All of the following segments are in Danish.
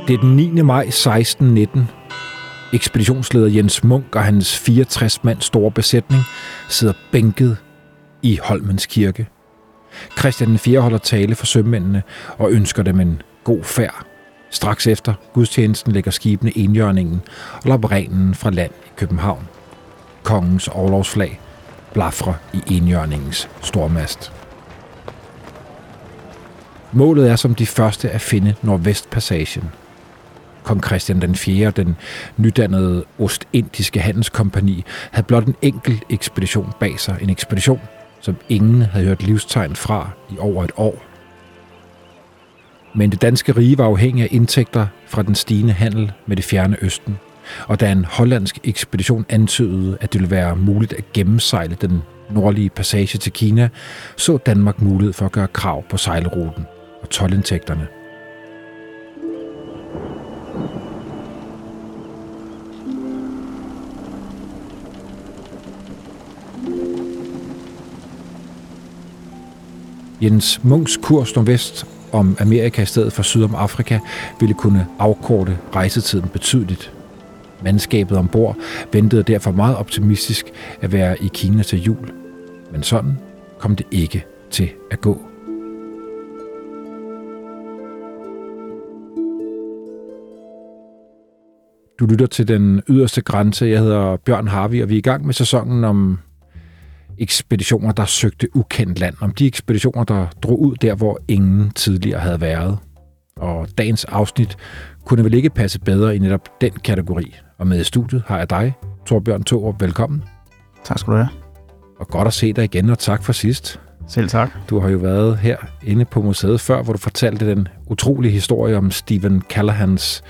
Det er den 9. maj 1619. Ekspeditionsleder Jens Munk og hans 64 mand store besætning sidder bænket i Holmens Kirke. Christian 4. holder tale for sømændene og ønsker dem en god færd. Straks efter gudstjenesten lægger skibene enhjørningen og labrenen fra land i København. Kongens orlogsflag blafrer i enhjørningens stormast. Målet er som de første at finde Nordvestpassagen. Kong Christian den 4., den nydannede Ostindiske Handelskompagni, havde blot en enkelt ekspedition bag sig. En ekspedition, som ingen havde hørt livstegn fra i over et år. Men det danske rige var afhængig af indtægter fra den stigende handel med det fjerne østen. Og da en hollandsk ekspedition antydede, at det ville være muligt at gennemsejle den nordlige passage til Kina, så Danmark mulighed for at gøre krav på sejlruten og toldindtægterne. Jens Munks kurs nordvest om Amerika i stedet for syd om Afrika ville kunne afkorte rejsetiden betydeligt. Mandskabet ombord ventede derfor meget optimistisk at være i Kina til jul. Men sådan kom det ikke til at gå. Du lytter til Den Yderste Grænse. Jeg hedder Bjørn Harvig, og vi er i gang med sæsonen om ekspeditioner, der søgte ukendt land. Om de ekspeditioner, der drog ud der, hvor ingen tidligere havde været. Og dagens afsnit kunne vel ikke passe bedre i netop den kategori. Og med i studiet har jeg dig, Torbjørn Thorup. Velkommen. Tak skal du have. Og godt at se dig igen, og tak for sidst. Selv tak. Du har jo været her inde på museet før, hvor du fortalte den utrolige historie om Stephen Callahans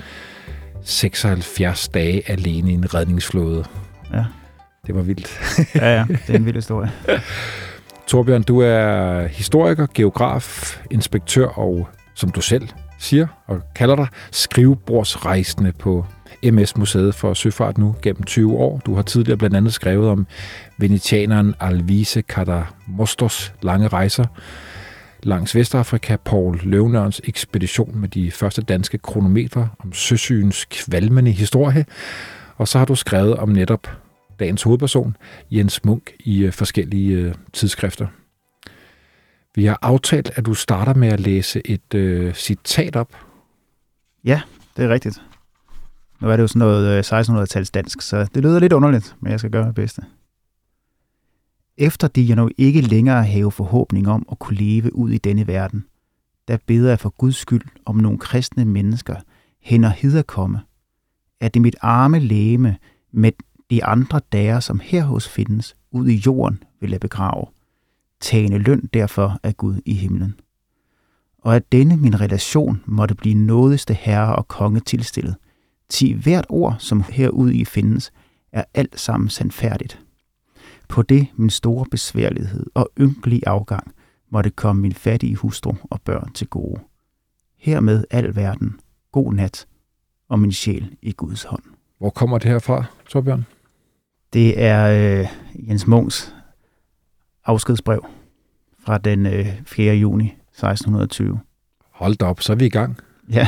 76 dage alene i en redningsflåde. Ja. Det var vildt. Ja, det er en vild historie. Torbjørn, du er historiker, geograf, inspektør og, som du selv siger og kalder dig, skrivebordsrejsende på MS-museet for søfart nu gennem 20 år. Du har tidligere blandt andet skrevet om venetianeren Alvise Cadamostros lange rejser langs Vestafrika, Poul Løvenørns ekspedition med de første danske kronometre, om søsygens kvalmende historie, og så har du skrevet om netop dagens hovedperson, Jens Munk, i forskellige tidsskrifter. Vi har aftalt, at du starter med at læse et citat op. Ja, det er rigtigt. Nu er det jo sådan noget 1600-tals dansk, så det lyder lidt underligt, men jeg skal gøre det bedste. Efter de jeg nu ikke længere have forhåbning om at kunne leve ud i denne verden, der beder jeg for Guds skyld om nogle kristne mennesker hen og hiderkomme, at det mit arme legeme med de andre dager, som herhos findes, ud i jorden vil jeg begrave, tagende løn derfor af Gud i himlen. Og at denne min relation måtte blive nådigste herre og konge tilstillet, ti hvert ord, som herude i findes, er alt sammen sandfærdigt. På det min store besværlighed og ynkelige afgang måtte komme min fattige hustru og børn til gode. Hermed al verden, god nat og min sjæl i Guds hånd. Hvor kommer det her fra, Torbjørn? Det er Jens Munks afskedsbrev fra den 4. juni 1620. Hold da op, så er vi i gang. Ja.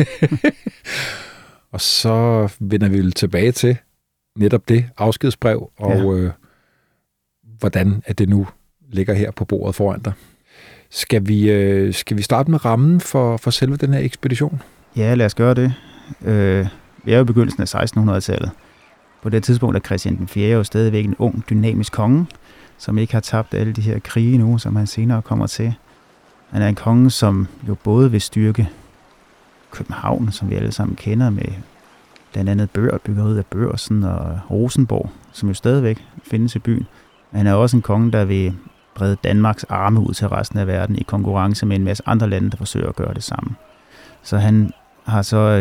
Og så vender vi tilbage til netop det afskedsbrev, og hvordan at det nu ligger her på bordet foran dig. Skal vi starte med rammen for selve den her ekspedition? Ja, lad os gøre det. Vi er jo i begyndelsen af 1600-tallet. På det tidspunkt er Christian den 4. jo stadigvæk en ung, dynamisk konge, som ikke har tabt alle de her krige nu, som han senere kommer til. Han er en konge, som jo både vil styrke København, som vi alle sammen kender, med blandt andet byggeriet af Børsen og Rosenborg, som jo stadigvæk findes i byen. Men han er også en konge, der vil brede Danmarks arme ud til resten af verden i konkurrence med en masse andre lande, der forsøger at gøre det samme. Så han har så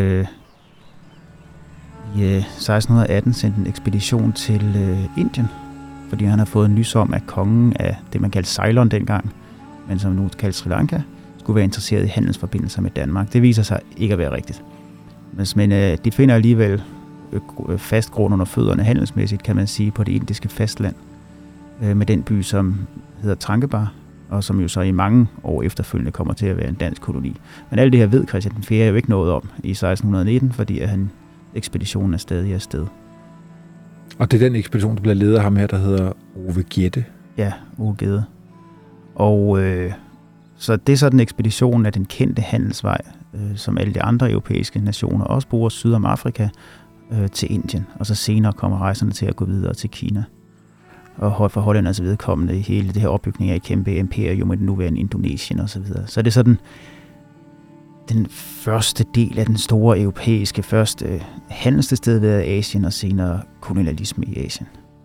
i 1618 sendt en ekspedition til Indien, fordi han har fået en nys om, at kongen af det, man kaldte Ceylon dengang, men som nu kaldes Sri Lanka, skulle være interesseret i handelsforbindelser med Danmark. Det viser sig ikke at være rigtigt. Men de finder alligevel fast grund under fødderne handelsmæssigt, kan man sige, på det indiske fastland, med den by, som hedder Trankebar, og som jo så i mange år efterfølgende kommer til at være en dansk koloni. Men alt det her ved Christian den 4. jo ikke noget om i 1619, fordi ekspeditionen er stadig afsted. Og det er den ekspedition, der bliver ledet af ham her, der hedder Ove Gjedde. Ja, Ove Gjedde. Og så det er så den ekspedition af den kendte handelsvej, som alle de andre europæiske nationer også bruger, syd om Afrika, til Indien. Og så senere kommer rejserne til at gå videre til Kina. Og for hollændernes vedkommende i hele det her opbygning af et kæmpe imperium med den nuværende Indonesien osv. Så det er sådan den første del af den store europæiske første handelstilstedeværelse ved Asien og senere kolonialisme i Asien.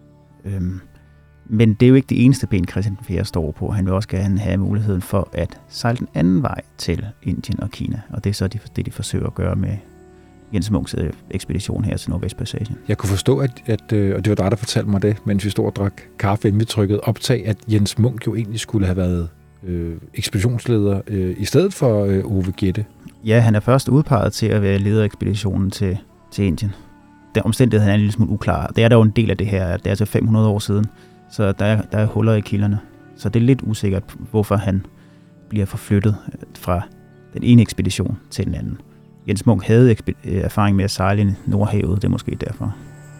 Men det er jo ikke det eneste ben, Christian den 4. står på. Han vil også gerne have muligheden for at sejle den anden vej til Indien og Kina. Og det er så det, de forsøger at gøre med Jens Munks ekspedition her til Nordvestpassagen. Jeg kunne forstå, at og det var dig, der fortalte mig det, mens vi stod og drak kaffe, inden vi trykkede optag, at Jens Munk jo egentlig skulle have været ekspeditionsleder i stedet for Ove Gjedde. Ja, han er først udpeget til at være leder af ekspeditionen til Indien. Den omstændighed er en lille smule uklar. Det er der jo en del af det her, det er altså 500 år siden, så der er huller i kilderne. Så det er lidt usikkert, hvorfor han bliver forflyttet fra den ene ekspedition til den anden. Jens Munk havde erfaring med at sejle i Nordhavet, det er måske derfor.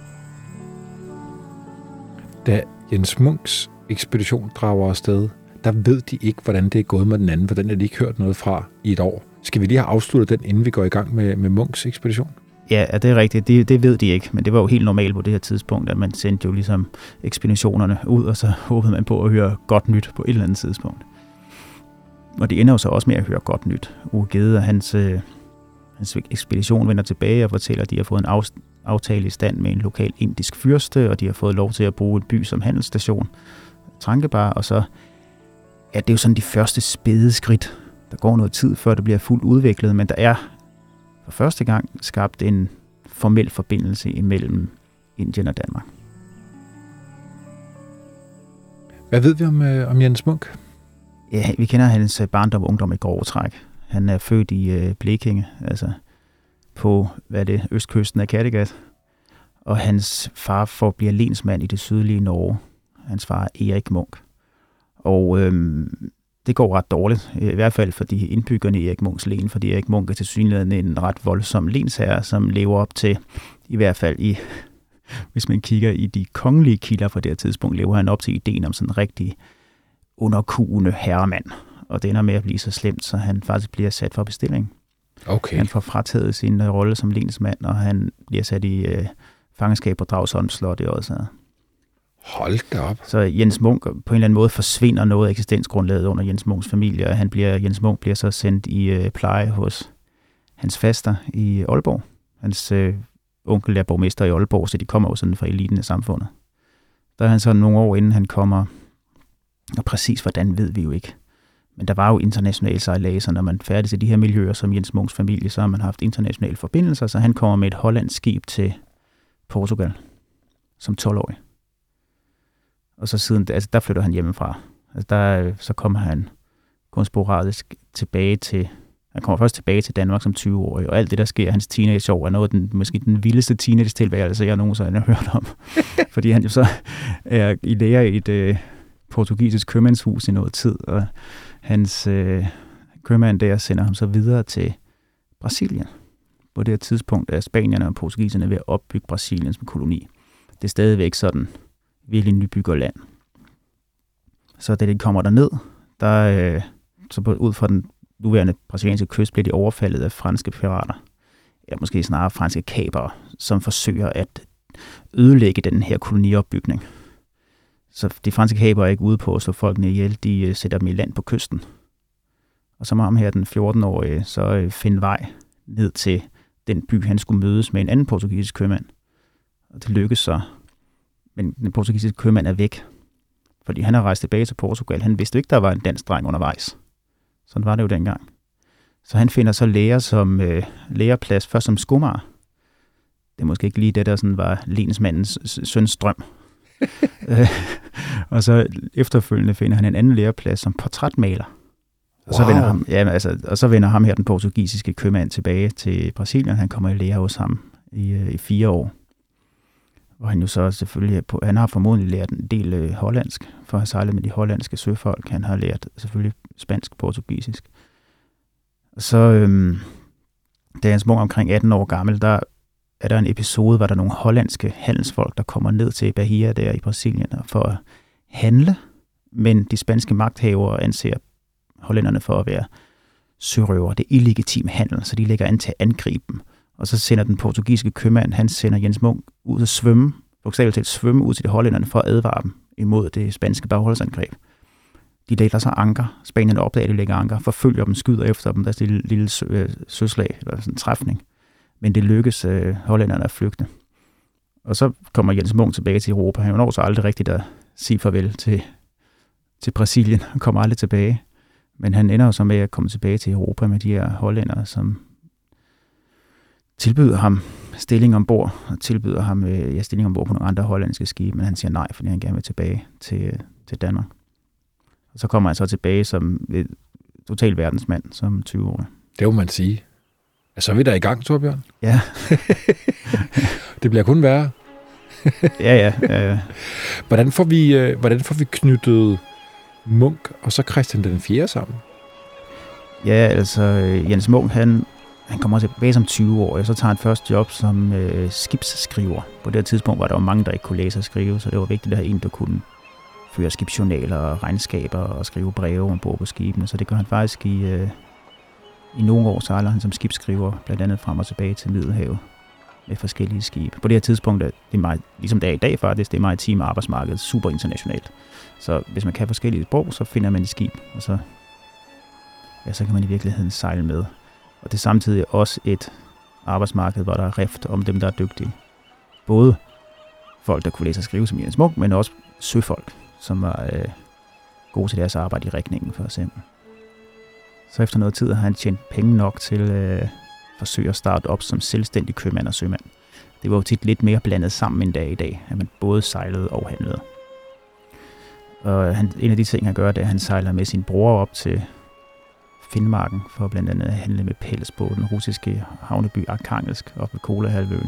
Da Jens Munks ekspedition drager afsted, der ved de ikke, hvordan det er gået med den anden, for den har de ikke hørt noget fra i et år. Skal vi lige have afsluttet den, inden vi går i gang med Munks ekspedition? Ja, det er rigtigt. Det ved de ikke, men det var jo helt normalt på det her tidspunkt, at man sendte jo ligesom ekspeditionerne ud, og så håbede man på at høre godt nyt på et eller andet tidspunkt. Og det ender jo så også med at høre godt nyt. Ove Gjedde og hans ekspedition vender tilbage og fortæller, at de har fået en aftale i stand med en lokal indisk fyrste, og de har fået lov til at bruge en by som handelsstation, Trankebar, og så det er jo sådan de første spæde skridt. Der går noget tid, før det bliver fuldt udviklet, men der er for første gang skabt en formel forbindelse imellem Indien og Danmark. Hvad ved vi om Jens Munk? Ja, vi kender hans barndom og ungdom i grove træk. Han er født i Blekinge, altså på østkysten af Kattegat. Og hans far bliver lensmand i det sydlige Norge. Hans far er Erik Munk. Og det går ret dårligt, i hvert fald for de indbyggerne i Erik Munks len, fordi Erik Munk er tilsyneladende en ret voldsom lensherre, som lever op til, i hvert fald hvis man kigger i de kongelige kilder fra det her tidspunkt, lever han op til ideen om sådan en rigtig underkuende herremand. Og det ender med at blive så slemt, så han faktisk bliver sat for bestilling. Okay. Han får frataget sin rolle som lensmand, og han bliver sat i fangenskab på Dragsholm Slot i Odsherred. Hold da op. Så Jens Munk på en eller anden måde forsvinder noget af eksistensgrundlaget under Jens Munks familie, og Jens Munk bliver så sendt i pleje hos hans faster i Aalborg. Hans onkel er borgmester i Aalborg, så de kommer jo sådan fra eliten af samfundet. Der er han så nogle år inden han kommer, og præcis hvordan ved vi jo ikke. Men der var jo internationale sejladser, når man færdes i de her miljøer som Jens Munks familie, så har man haft internationale forbindelser, så han kommer med et hollandsk skib til Portugal som 12-årig. Og så siden, der flytter han hjemmefra. Så kommer han kun sporadisk tilbage til, han kommer først tilbage til Danmark som 20-årig, og alt det, der sker hans teenageår, er noget af måske den vildeste teenage-tilværelse, jeg nogensinde har hørt om. Fordi han jo så er i lære i et portugisisk købmandshus i noget tid, og hans købmand der sender ham så videre til Brasilien. På det her tidspunkt er spanierne og portugiserne ved at opbygge Brasilien som koloni. Det er stadigvæk sådan virkelig nybyggerland. Så da de kommer derned, så ud fra den nuværende brasilianske kyst bliver de overfaldet af franske pirater, eller måske snarere franske kapere, som forsøger at ødelægge den her koloniopbygning. Så de franske kapere er ikke ude på at slå folkene ihjel, de sætter dem i land på kysten. Og så må ham her, den 14-årige, så finde vej ned til den by, han skulle mødes med en anden portugisisk købmand. Og det lykkes så. Men den portugisiske købmand er væk, fordi han har rejst tilbage til Portugal. Han vidste ikke, der var en dansk dreng undervejs. Sådan var det jo dengang. Så han finder så lærer som lærerplads, først som skomager. Det er måske ikke lige det, der sådan var lensmandens søns drøm. Og så efterfølgende finder han en anden læreplads som portrætmaler. Og så vender ham her, den portugisiske købmand, tilbage til Brasilien. Han kommer i lære hos ham i 4 år. Og han jo så selvfølgelig, han har formodentlig lært en del hollandsk, for at have sejlet med de hollandske søfolk. Han har lært selvfølgelig spansk, portugisisk. Og så, da Jens Munk omkring 18 år gammel, der er der en episode, hvor der er nogle hollandske handelsfolk, der kommer ned til Bahia der i Brasilien for at handle, men de spanske magthavere anser hollænderne for at være sørøver. Det er illegitim handel, så de lægger an til at angribe dem. Og så sender den portugisiske købmand, han sender Jens Munk ud at svømme, bogstaveligt talt svømme ud til de hollænderne for at advare dem imod det spanske bagholdsangreb. De lægger så anker. Spanien opdager, at de lægger anker, forfølger dem, skyder efter dem. Der er et lille søslag, eller sådan en træfning. Men det lykkes hollænderne at flygte. Og så kommer Jens Munk tilbage til Europa. Han når så aldrig rigtigt at sige farvel til Brasilien. Han kommer aldrig tilbage. Men han ender jo så med at komme tilbage til Europa med de her hollændere, som tilbyder ham stilling ombord, og tilbyder ham stilling ombord på nogle andre hollandske skibe, men han siger nej, fordi han gerne vil tilbage til Danmark. Og så kommer han så tilbage som total verdensmand, som 20-årig. Det må man sige. Så er vi der i gang, Torbjørn. Ja. Det bliver kun værre. Ja. Hvordan får vi knyttet Munk og så Christian den 4. sammen? Ja, altså Jens Munk, han kommer tilbage som 20-årig, og så tager han først job som skibsskriver. På det tidspunkt var der jo mange, der ikke kunne læse og skrive, så det var vigtigt at have en, der kunne føre skibsjournaler og regnskaber og skrive breve ombord på skibene. Så det gør han faktisk i nogle år, sejler han som skibsskriver, blandt andet frem og tilbage til Middelhavet med forskellige skibe. På det her tidspunkt, det er meget, ligesom det er i dag faktisk, det er maritime arbejdsmarkedet, super internationalt. Så hvis man kan forskellige sprog, så finder man et skib, og så kan man i virkeligheden sejle med. Og det er samtidig også et arbejdsmarked, hvor der er rift om dem, der er dygtige. Både folk, der kunne læse og skrive som Jens Munk, men også søfolk, som var gode til deres arbejde i rigningen, for eksempel. Så efter noget tid har han tjent penge nok til at forsøge at starte op som selvstændig købmand og sømand. Det var jo tit lidt mere blandet sammen end dag i dag, at man både sejlede og handlede. Og en af de ting, han gør, det er, at han sejler med sin bror op til Finnmarken for blandt andet at handle med pels på den russiske havneby Arkhangelsk op ved Kolahalvøen.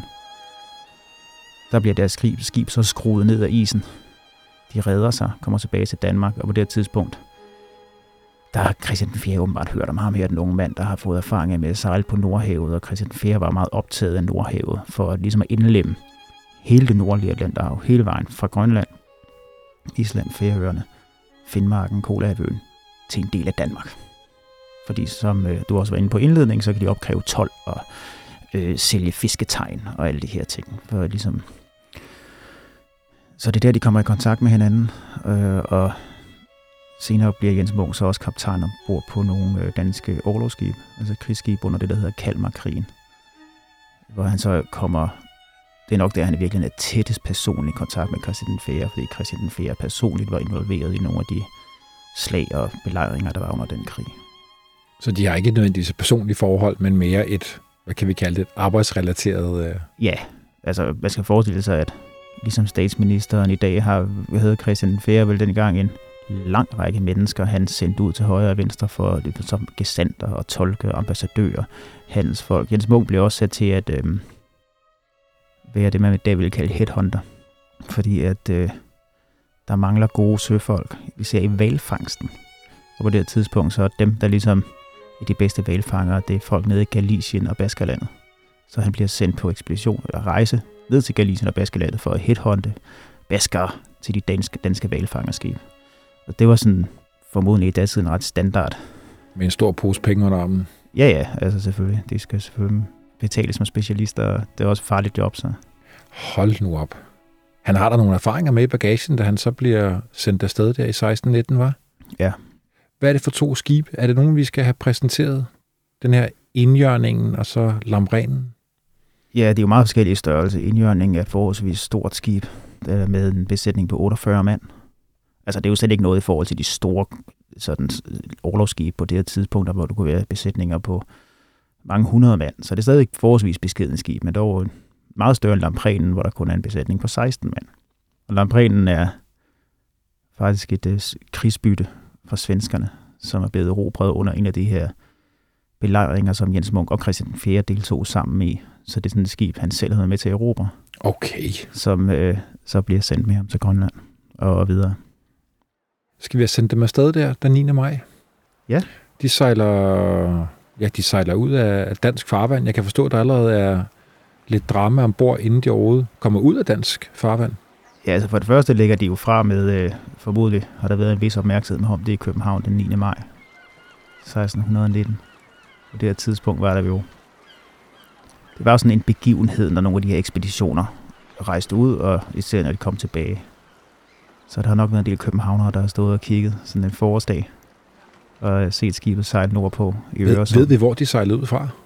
Der bliver deres skib så skruet ned af isen. De redder sig, kommer tilbage til Danmark, og på det tidspunkt, der har Christian den 4. åbenbart hørt om ham her, den unge mand, der har fået erfaring med at sejle på Nordhavet, og Christian den 4. var meget optaget af Nordhavet, for at ligesom at indlemme hele det nordlige Atlanterhav, hele vejen fra Grønland, Island, Færøerne, Finnmarken, Kolahalvøen, til en del af Danmark. Fordi som du også var inde på indledning, så kan de opkræve told og sælge fisketegn og alle de her ting. For ligesom så det er der, de kommer i kontakt med hinanden, og senere bliver Jens Munk så også kaptajn ombord på nogle danske orlogsskibe, altså krigsskib under det, der hedder Kalmarkrigen, hvor han så kommer. Det er nok der, han i virkeligheden er tættest personlig kontakt med Christian den 4., fordi Christian den 4. personligt var involveret i nogle af de slag og belejringer, der var under den krig. Så de har ikke nødvendigvis et personligt forhold, men mere et, hvad kan vi kalde det, et arbejdsrelateret... Ja, altså man skal forestille sig, at ligesom statsministeren i dag har, Christian den 4. vel dengang en lang række mennesker, han sendt ud til højre og venstre for som gesandter og tolke, ambassadører, handelsfolk. Jens Munk blev også sat til at være det, man i dag vil kalde headhunter, fordi at der mangler gode søfolk, især i hvalfangsten. Og på det her tidspunkt, så er dem, der ligesom er de bedste hvalfangere, det er folk nede i Galicien og Baskerlandet. Så han bliver sendt på ekspedition eller rejse ned til Galicien og Baskerlandet for at headhunte baskere til de danske hvalfangerskib. Og det var sådan formodentlig i datiden ret standard. Med en stor pose penge under armen. Ja, altså selvfølgelig. De skal selvfølgelig betales som specialister, det er også et farligt job, så. Hold nu op. Han har der nogle erfaringer med i bagagen, da han så bliver sendt afsted der i 16-19, var? Ja. Hvad er det for 2 skibe? Er det nogen, vi skal have præsenteret? Den her Indjørningen og så Lambrenen? Ja, det er jo meget forskellige størrelser. Indjørningen er et forholdsvis stort skib med en besætning på 48 mand. Altså, det er jo slet ikke noget i forhold til de store sådan, orlogsskibe på det her tidspunkt, hvor du kunne være besætninger på mange 100 mand. Så det er stadig forholdsvis beskeden skib, men dog meget større end Lambrenen, hvor der kun er en besætning på 16 mand. Og Lambrenen er faktisk et krigsbytte fra svenskerne, som er blevet erobret under en af de her belejringer, som Jens Munk og Christian 4. deltog sammen i. Så det er sådan et skib, han selv havde været med til at erobre. Okay. Som så bliver sendt med ham til Grønland og videre. Skal vi have sendt dem afsted der den 9. maj? Ja. De sejler ud af dansk farvand. Jeg kan forstå, at der allerede er lidt drama ombord, inden de overhovedet kommer ud af dansk farvand. Ja, altså for det første ligger de jo fra med, formodentlig har der været en vis opmærksomhed om det i København den 9. maj 1619. På det her tidspunkt var der jo, det var jo sådan en begivenhed, når nogle af de her ekspeditioner rejste ud, og især når de kom tilbage. Så der har nok været en del københavnere, der har stået og kigget sådan en forårsdag, og set skibet sejle nordpå i Øresund. Ved vi, hvor de sejlede ud fra?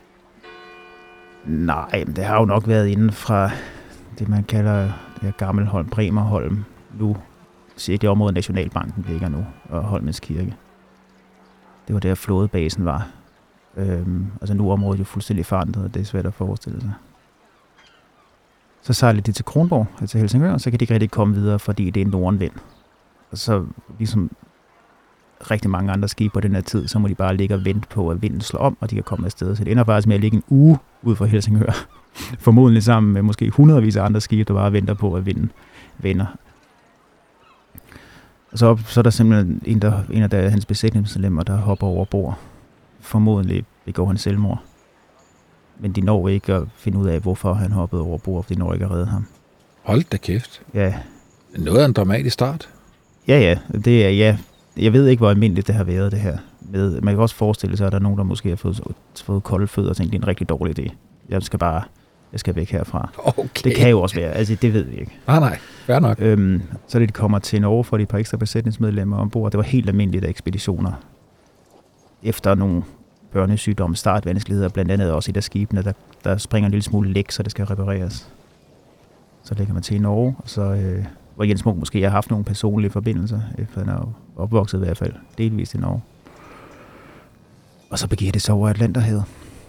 Nej, men det har jo nok været inden fra det, man kalder det her Gammelholm, Bremerholm. Nu siger det område, Nationalbanken ligger nu, og Holmens Kirke. Det var der flådebasen var. Altså nu er området jo fuldstændig forandret, og det er svært at forestille sig. Så sejler de til Kronborg, til Helsingør, og så kan de ikke rigtig komme videre, fordi det er en nordenvind. Og så ligesom rigtig mange andre skibe på den her tid, så må de bare ligge og vente på, at vinden slår om, og de kan komme afsted. Så det ender faktisk med at ligge en uge ud for Helsingør. Formodentlig sammen med måske hundredvis af andre skibe, der bare venter på, at vinden vender. Og så er der simpelthen en af hans besætningsmedlemmer, der hopper over bord. Formodentlig begår han selvmord. Men de når ikke at finde ud af, hvorfor han hoppede over bord, for de når ikke at redde ham. Hold da kæft. Ja. Noget af en dramatisk start. Ja. Det er, ja. Jeg ved ikke, hvor almindeligt det har været, det her. Man kan også forestille sig, at der er nogen, der måske har fået kolde fødder og tænkt, det er en rigtig dårlig idé. Jeg skal væk herfra. Okay. Det kan jo også være. Altså, det ved vi ikke. Nej. Fair nok. Så de kommer til Norge, for de par ekstra besætningsmedlemmer ombord. Det var helt almindeligt af ekspeditioner. Efter nogle børnesygdomme, startvanskeligheder, blandt andet også i der skibene, der springer en lille smule læk, så det skal repareres. Så lægger man til i Norge, og så hvor Jens Munk måske har haft nogle personlige forbindelser, efter han er opvokset i hvert fald, delvist i Norge. Og så begiver det sig over Atlanterhavet,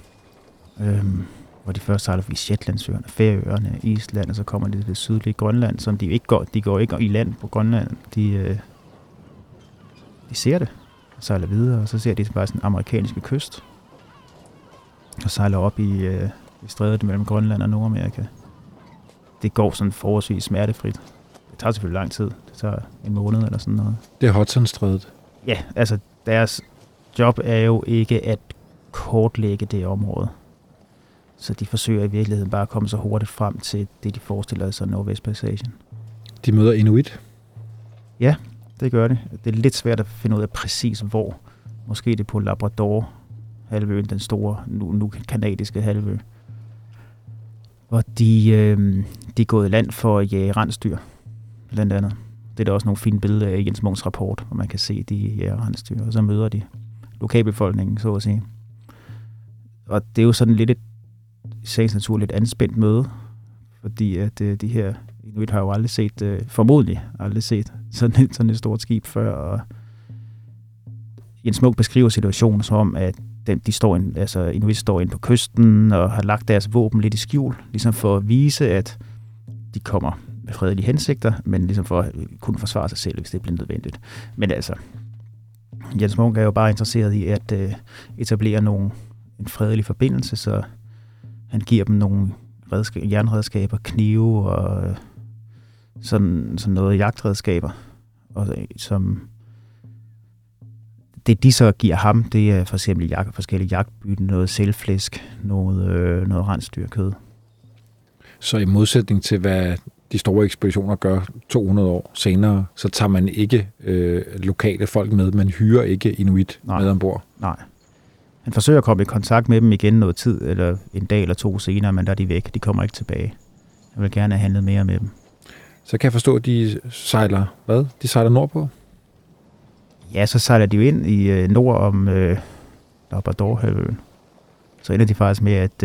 hvor de først sejler forbi Shetlandsøerne, Færøerne, Island, og så kommer de til det sydlige Grønland, som de går ikke i land på Grønland. De ser det, og sejler videre, og så ser de bare sådan den amerikanske kyst, og sejler op i strædet mellem Grønland og Nordamerika. Det går sådan forholdsvis smertefrit. Det tager selvfølgelig lang tid. Det tager en måned eller sådan noget. Det er Hudsonstrædet. Ja, altså deres job er jo ikke at kortlægge det område. Så de forsøger i virkeligheden bare at komme så hurtigt frem til det, de forestiller sig Nordvestpassagen. De møder Inuit? Ja, det gør det. Det er lidt svært at finde ud af præcis hvor. Måske det er på Labrador-halvøen, den store, nu kanadiske halvø. Og de er gået i land for at jage rensdyr, blandt andet. Det er der også nogle fine billeder af Jens Munks rapport, hvor man kan se, de jager rensdyr, og så møder de lokalbefolkningen, så at sige. Og det er jo sådan lidt et sagens naturligt anspændt møde, fordi at de her Inuit har jo aldrig set, formodentlig aldrig set sådan et stort skib før, og Jens Munk beskriver situationen som om, at Inuit står inde på kysten og har lagt deres våben lidt i skjul, ligesom for at vise, at de kommer med fredelige hensigter, men ligesom for at kunne forsvare sig selv, hvis det bliver nødvendigt. Men altså, Jens Munk er jo bare interesseret i at etablere en fredelig forbindelse, så han giver dem nogle jernredskaber, knive og sådan noget jagtredskaber, og som det de så giver ham, det er for eksempel forskellige jagtbytte, noget selvflæsk, noget rensdyrkød. Så i modsætning til, hvad de store ekspeditioner gør 200 år senere, så tager man ikke lokale folk med, man hyrer ikke Inuit med ombord. Nej. Han forsøger at komme i kontakt med dem igen noget tid, eller en dag eller to senere, men der er de væk. De kommer ikke tilbage. Jeg vil gerne have handlet mere med dem. Så kan jeg forstå, at de sejler, hvad? De sejler nordpå? Ja, så sejler de jo ind i nord om Labrador-halvøen. Så ender de faktisk med at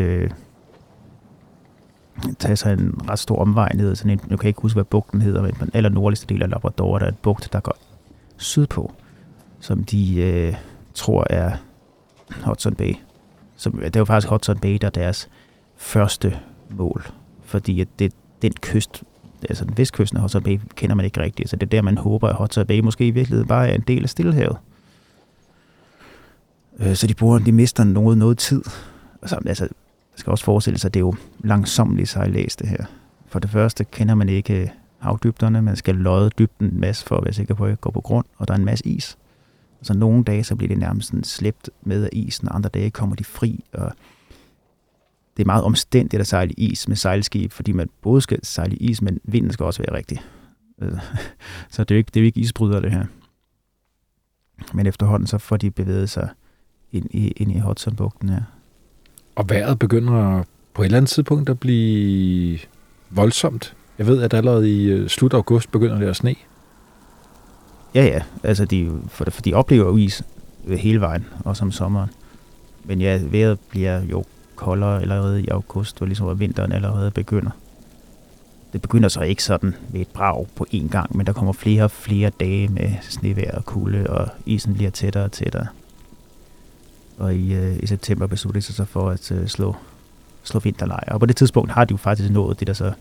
tage sig en ret stor omvej ned. Sådan en, jeg kan ikke huske, hvad bugten hedder, men på den allernordligste del af Labrador, der er et bugt, der går sydpå, som de tror er Hudson Bay. Det er jo faktisk Hudson Bay, der er deres første mål, fordi at den kyst, altså den vestkysten af Hudson Bay, kender man ikke rigtigt, så det er der, man håber, at Hudson Bay måske i virkeligheden bare er en del af Stillehavet. Så de mister noget tid. Og så, altså, det skal også forestille sig, at det er jo langsomligt sejlads det her. For det første kender man ikke havdybderne, man skal lodde dybden en masse for at være sikker på, at det går på grund, og der er en masse is. Så nogle dage så bliver det nærmest sådan slæbt med af isen, og andre dage kommer de fri, og det er meget omstændigt at sejle is med sejlskib, fordi man både skal sejle is, men vinden skal også være rigtig. Så det er jo ikke isbryder det her. Men efterhånden så får de bevæget sig ind i Hudsonbugten her. Og vejret begynder på et eller andet tidspunkt at blive voldsomt. Jeg ved, at allerede i slut august begynder det at sne. Ja, altså for de oplever jo is hele vejen, også om sommeren. Men ja, vejret bliver jo koldere allerede i august, hvor ligesom vinteren allerede begynder. Det begynder så ikke sådan ved et brag på én gang, men der kommer flere og flere dage med snevejr og kulde, og isen bliver tættere og tættere. Og i september beslutter de sig så for at slå vinterlejr. Og på det tidspunkt har de jo faktisk nået det, der så,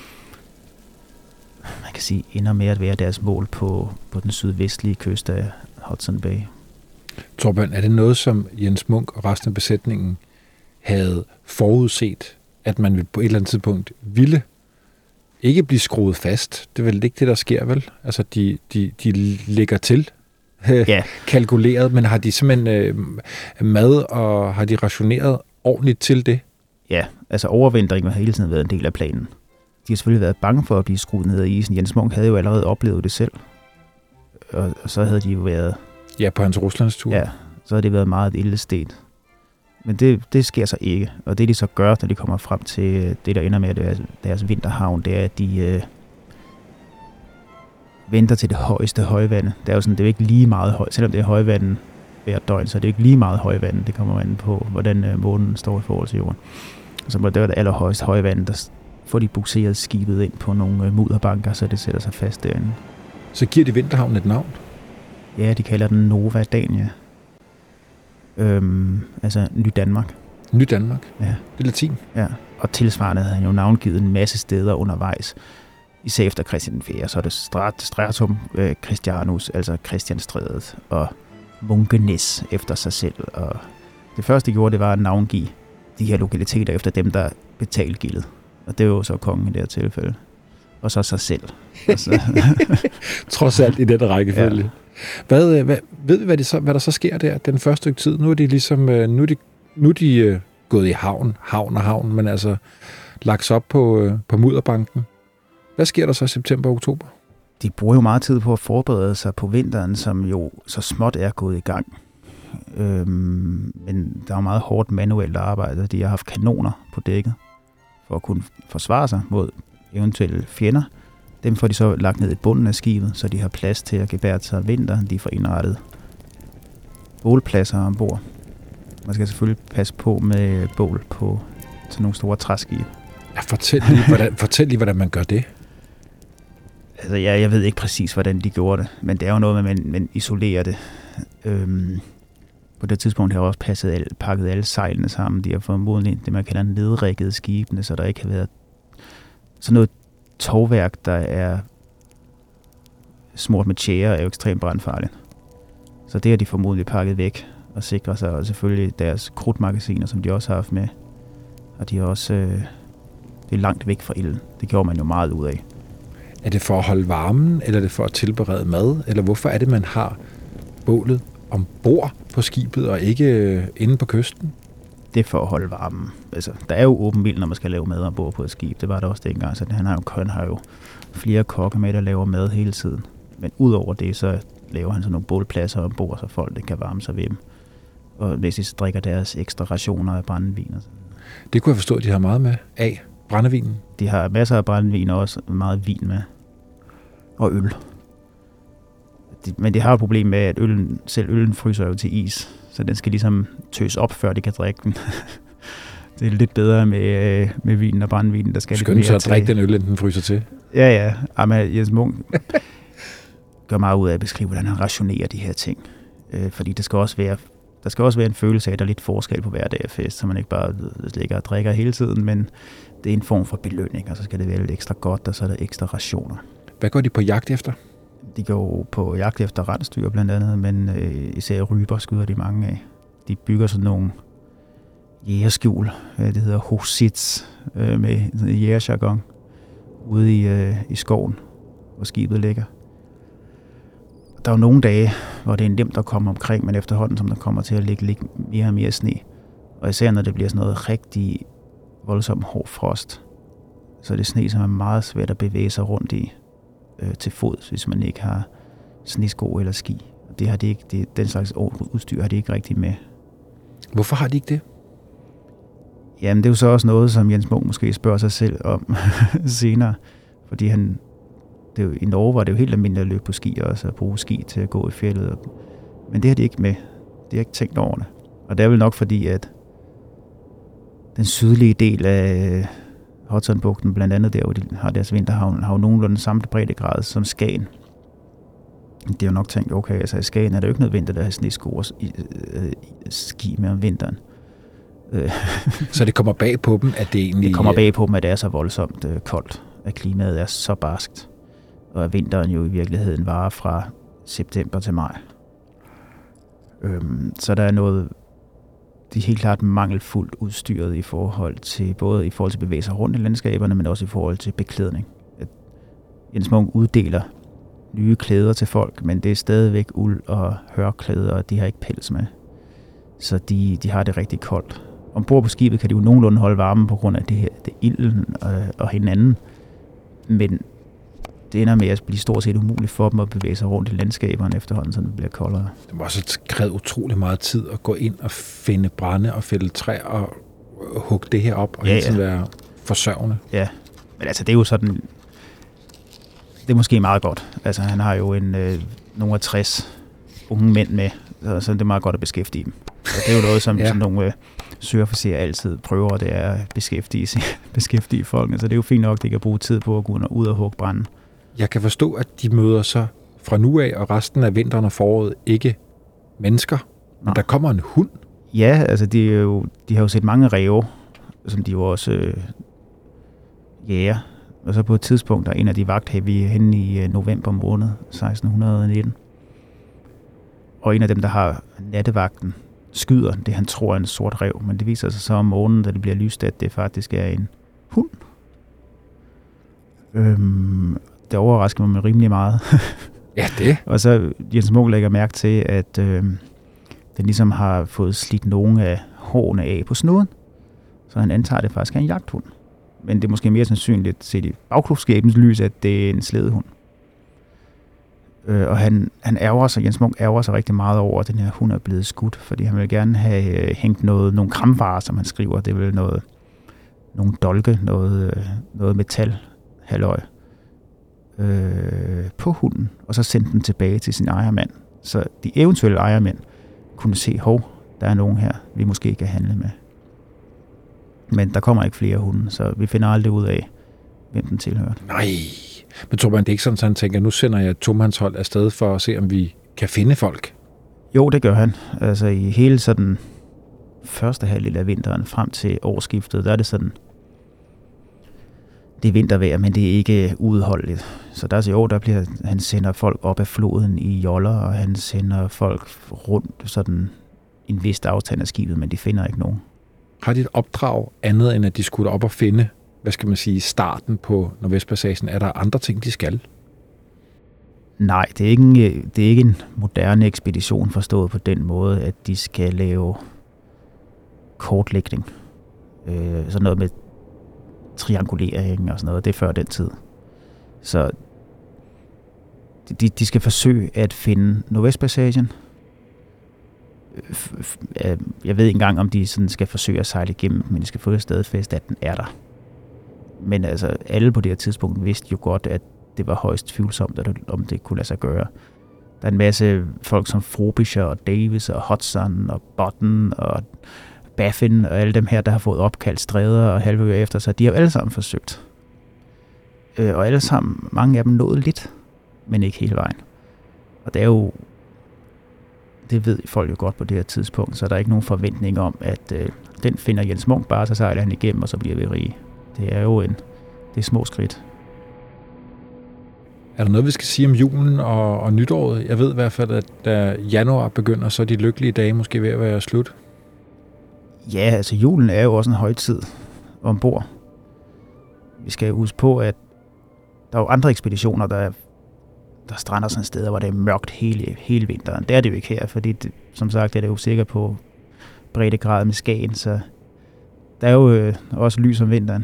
man kan sige, ender med at være deres mål på den sydvestlige kyst af Hudson Bay. Torbjørn, er det noget, som Jens Munk og resten af besætningen havde forudset, at man på et eller andet tidspunkt ville ikke blive skruet fast? Det er vel ikke det, der sker, vel? Altså, de ligger til, kalkuleret, men har de simpelthen mad, og har de rationeret ordentligt til det? Ja, altså overvintringen har hele tiden været en del af planen. De har selvfølgelig været bange for at blive skruet ned af isen. Jens Munk havde jo allerede oplevet det selv. Og så havde de jo været... Ja, på hans Ruslandstur. Ja, så havde det været meget ildestet. Men det sker så ikke. Og det de så gør, når de kommer frem til det, der ender med deres vinterhavn, det er, at de venter til det højeste højvand. Det er jo sådan, det er jo ikke lige meget højt. Selvom det er højvand hver døgn, så er det ikke lige meget højvand. Det kommer an på, hvordan månen står i forhold til jorden. Og så må det være det allerhøjeste højvand, der får de bukseret skibet ind på nogle mudderbanker, så det sætter sig fast derinde. Så giver de vinterhavnen et navn? Ja, de kalder den Nova Dania. Altså Ny Danmark. Ny Danmark? Ja. Det er latin? Ja, og tilsvarende havde han jo navngivet en masse steder undervejs. Især efter Christian IV, så er det Stratum Christianus, altså Christianstrædet, og Munkenes efter sig selv. Og det første, de gjorde, det var at navngive de her lokaliteter efter dem, der betalte gildet. Og det er jo så kongen i det her tilfælde. Og så sig selv. Trods alt i dette rækkefølge. Ja. Ved vi, hvad der så sker der den første stykke tid? Nu er de ligesom, nu er de gået i havn, men altså lagt sig op på mudderbanken. Hvad sker der så i september og oktober? De bruger jo meget tid på at forberede sig på vinteren, som jo så småt er gået i gang. Men der er jo meget hårdt manuelt arbejde. De har haft kanoner på dækket for at kunne forsvare sig mod eventuelle fjender. Dem får de så lagt ned i bunden af skibet, så de har plads til at gebære sig vinteren. De får indrettet bålpladser ombord. Man skal selvfølgelig passe på med bål på sådan nogle store træskibe. Ja, fortæl lige, hvordan man gør det. Altså, jeg ved ikke præcis, hvordan de gjorde det, men det er jo noget med, at man isolerer det. På det tidspunkt har jeg også pakket alle sejlene sammen. De har formodentlig det, man kalder nedrigget skibene, så der ikke har været sådan noget tovværk, der er smurt med tjære, er jo ekstremt brandfarligt. Så det har de formodentlig pakket væk og sikrer sig, og selvfølgelig deres krudtmagasiner, som de også har haft med. Og de har også, det er langt væk fra ilden. Det gjorde man jo meget ud af. Er det for at holde varmen, eller er det for at tilberede mad? Eller hvorfor er det, man har bålet ombord på skibet og ikke inde på kysten? Det er for at holde varmen. Altså, der er jo åben ild, når man skal lave mad ombord på et skib. Det var der også dengang, så han har jo flere kokke med, der laver mad hele tiden. Men udover det, så laver han sådan nogle bålpladser ombord, så folk kan varme sig ved dem. Og hvis de drikker deres ekstra rationer af brændevin. Det kunne jeg forstå, at de har meget med af brændevinen. De har masser af brændevin og også meget vin med. Og øl. Men det har et problem med, at selv øllen fryser jo til is. Så den skal ligesom tøs op, før de kan drikke den. Det er lidt bedre med vinen og brændevinen, der skal lidt mere til. Skønt så at drikke den øl, inden den fryser til. Ja. Jamen, Jens Munk gør meget ud af at beskrive, hvordan han rationerer de her ting. Fordi der skal også være en følelse af, at der er lidt forskel på hverdag og fest, så man ikke bare ligger og drikker hele tiden, men det er en form for belønning, og så skal det være lidt ekstra godt, og så er der ekstra rationer. Hvad går de på jagt efter? De går på jagt efter rensdyr blandt andet, men især ryper skyder de mange af. de bygger sådan nogle jægerskjul, det hedder hosits, med jægerjargon, ude i skoven, hvor skibet ligger. Der er jo nogle dage, hvor det er nemt at komme omkring, men efterhånden, som der kommer til at ligge mere og mere sne, og især når det bliver sådan noget rigtig voldsomt hård frost, så er det sne, som er meget svært at bevæge sig rundt i til fods, hvis man ikke har snesko eller ski. Det har de ikke, den slags udstyr har de ikke rigtig med. Hvorfor har de ikke det? Jamen, det er jo så også noget, som Jens Munk måske spørger sig selv om senere. Fordi i Norge var det jo helt almindeligt at løbe på ski også, at bruge ski til at gå i fjeldet. Men det har de ikke med. De har ikke tænkt over det. Og det er vel nok fordi, at den sydlige del af Hudsonbugten, blandt andet der, hvor de har deres vinterhavn, har jo nogenlunde samme breddegrad som Skagen. Det er jo nok tænkt, okay, altså i Skagen er det jo ikke noget vinter, der har snesko og ski med om vinteren. Så det kommer bag på dem, at det egentlig... Det kommer bag på dem, at det er så voldsomt koldt, at klimaet er så barskt, og at vinteren jo i virkeligheden varer fra september til maj. Så der er noget, de er helt klart mangelfuldt udstyret i forhold til, både i forhold til at bevæge sig rundt i landskaberne, men også i forhold til beklædning. Jens Munk uddeler nye klæder til folk, men det er stadigvæk uld og hørklæder, og de har ikke pels med. Så de har det rigtig koldt. Ombord på skibet kan de jo nogenlunde holde varmen på grund af det ilden og hinanden. Men det ender med at blive stort set umuligt for dem at bevæge sig rundt i landskaberne efterhånden, så det bliver koldere. Det må også kræve utrolig meget tid at gå ind og finde brænde og fælde træ og hugge det her op og hele tiden være forsørgende. Ja, men altså det er jo sådan... Det er måske meget godt. Altså han har jo nogle af 60 unge mænd med, så det er meget godt at beskæftige dem. Og det er jo noget, som sådan nogle søofficerer altid prøver, det er at beskæftige folk. Altså det er jo fint nok, at de kan bruge tid på at gå ud og hugge branden. Jeg kan forstå, at de møder så fra nu af og resten af vinteren og foråret ikke mennesker, men der kommer en hund. Ja, altså de har jo set mange ræve, som de jo også jæger. Og så på et tidspunkt, der er en af de vagthaver, vi er henne i november måned 1619. Og en af dem, der har nattevagten, skyder det, han tror er en sort ræv. Men det viser sig så om morgenen, da det bliver lyst, at det faktisk er en hund. Det overrasker mig rimelig meget. Ja, det. Og så Jens Munk lægger mærke til, at den ligesom har fået slidt nogle af hårene af på snuden. Så han antager, at det faktisk er en jagthund. Men det er måske mere sandsynligt set i bagklubskabens lys, at det er en slædehund. Og han ærger sig, Jens Munk ærger sig rigtig meget over, at den her hund er blevet skudt, fordi han vil gerne have hængt nogle kramvarer, som han skriver. Det er vel nogle dolke, noget metal, halløj, på hunden, og så sendte den tilbage til sin ejermand. Så de eventuelle ejermænd kunne se, der er nogen her, vi måske kan handle med. Men der kommer ikke flere hunde, så vi finder aldrig ud af, hvem den tilhører. Nej, men tror man det ikke sådan, så han tænker, nu sender jeg et tomhandshold afsted for at se, om vi kan finde folk? Jo, det gør han. Altså i hele sådan første halvdel af vinteren frem til årsskiftet, der er det sådan, det er vintervejr, men det er ikke udholdeligt. Så han sender folk op ad floden i joller, og han sender folk rundt sådan en vis afstand af skibet, men de finder ikke nogen. Har de et opdrag andet, end at de skulle op og finde, starten på Nordvestpassagen? Er der andre ting, de skal? Nej, det er ikke en moderne ekspedition forstået på den måde, at de skal lave kortlægning. Sådan noget med triangulering og sådan noget. Det er før den tid. Så de skal forsøge at finde Nordvestpassagen. Jeg ved ikke engang, om de sådan skal forsøge at sejle igennem, men de skal få et stadfæst, at den er der. Men altså, alle på det her tidspunkt vidste jo godt, at det var højst tvivlsomt, om det kunne lade sig gøre. Der er en masse folk som Frobisher og Davis og Hudson og Button og Baffin og alle dem her, der har fået opkaldt stræder og halvøer efter sig. De har jo alle sammen forsøgt. Og alle sammen, mange af dem nåede lidt, men ikke hele vejen. Og det er jo, det ved folk jo godt på det her tidspunkt, så der er ikke nogen forventning om, at den finder Jens Munk bare, så sejler han igennem, og så bliver vi rige. Det er jo det er små skridt. Er der noget, vi skal sige om julen og nytåret? Jeg ved i hvert fald, at da januar begynder, så er de lykkelige dage måske ved at være slut. Ja, altså julen er jo også en højtid ombord. Vi skal huske på, at der er jo andre ekspeditioner, der strander sådan steder, hvor det er mørkt hele vinteren. Det er det jo ikke her, fordi som sagt er det jo sikkert på breddegrad med Skagen, så der er jo også lys om vinteren.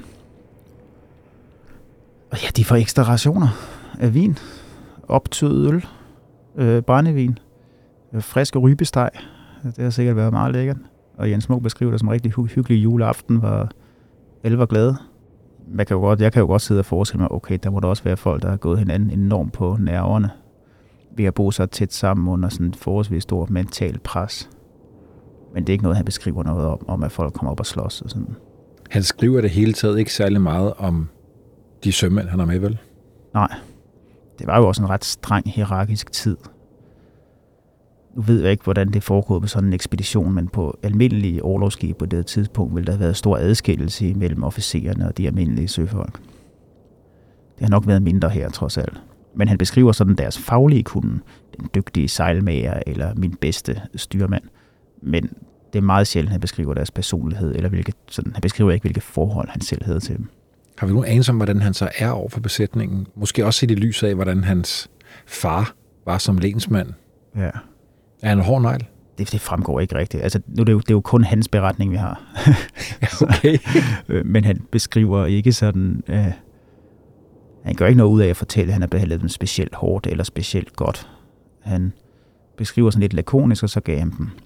Og ja, de får ekstra rationer af vin, optøet øl, brændevin, frisk rybesteg. Det har sikkert været meget lækkert. Og Jens Munk beskriver det som en rigtig hyggelig juleaften, hvor alle var glade. Jeg kan jo godt sidde og forestille mig, okay, der må der også være folk, der har gået hinanden enormt på nerverne ved at bo så tæt sammen under sådan et forholdsvis stort mental pres. Men det er ikke noget, han beskriver noget om at folk kommer op og slås og sådan. Han skriver det hele taget ikke særlig meget om de sømænd, han er med, vel? Nej. Det var jo også en ret streng hierarkisk tid. Nu ved jeg ikke, hvordan det foregår på sådan en ekspedition, men på almindelige orlogsskibe på det tidspunkt ville der have været stor adskillelse mellem officererne og de almindelige søfolk. Det har nok været mindre her, trods alt. Men han beskriver sådan deres faglige kunde, den dygtige sejlmager eller min bedste styrmand. Men det er meget sjældent, han beskriver deres personlighed, eller han beskriver ikke, hvilke forhold han selv havde til dem. Har vi nogen anelse om, hvordan han så er over for besætningen? Måske også set i lys af, hvordan hans far var som lensmand. Ja. Er han en hård negl? Det fremgår ikke rigtigt. Altså, nu det er jo kun hans beretning, vi har. Okay. Men han beskriver ikke sådan... han gør ikke noget ud af at fortælle, at han har behandlet dem specielt hårdt eller specielt godt. Han beskriver sådan lidt lakonisk, og så gav han dem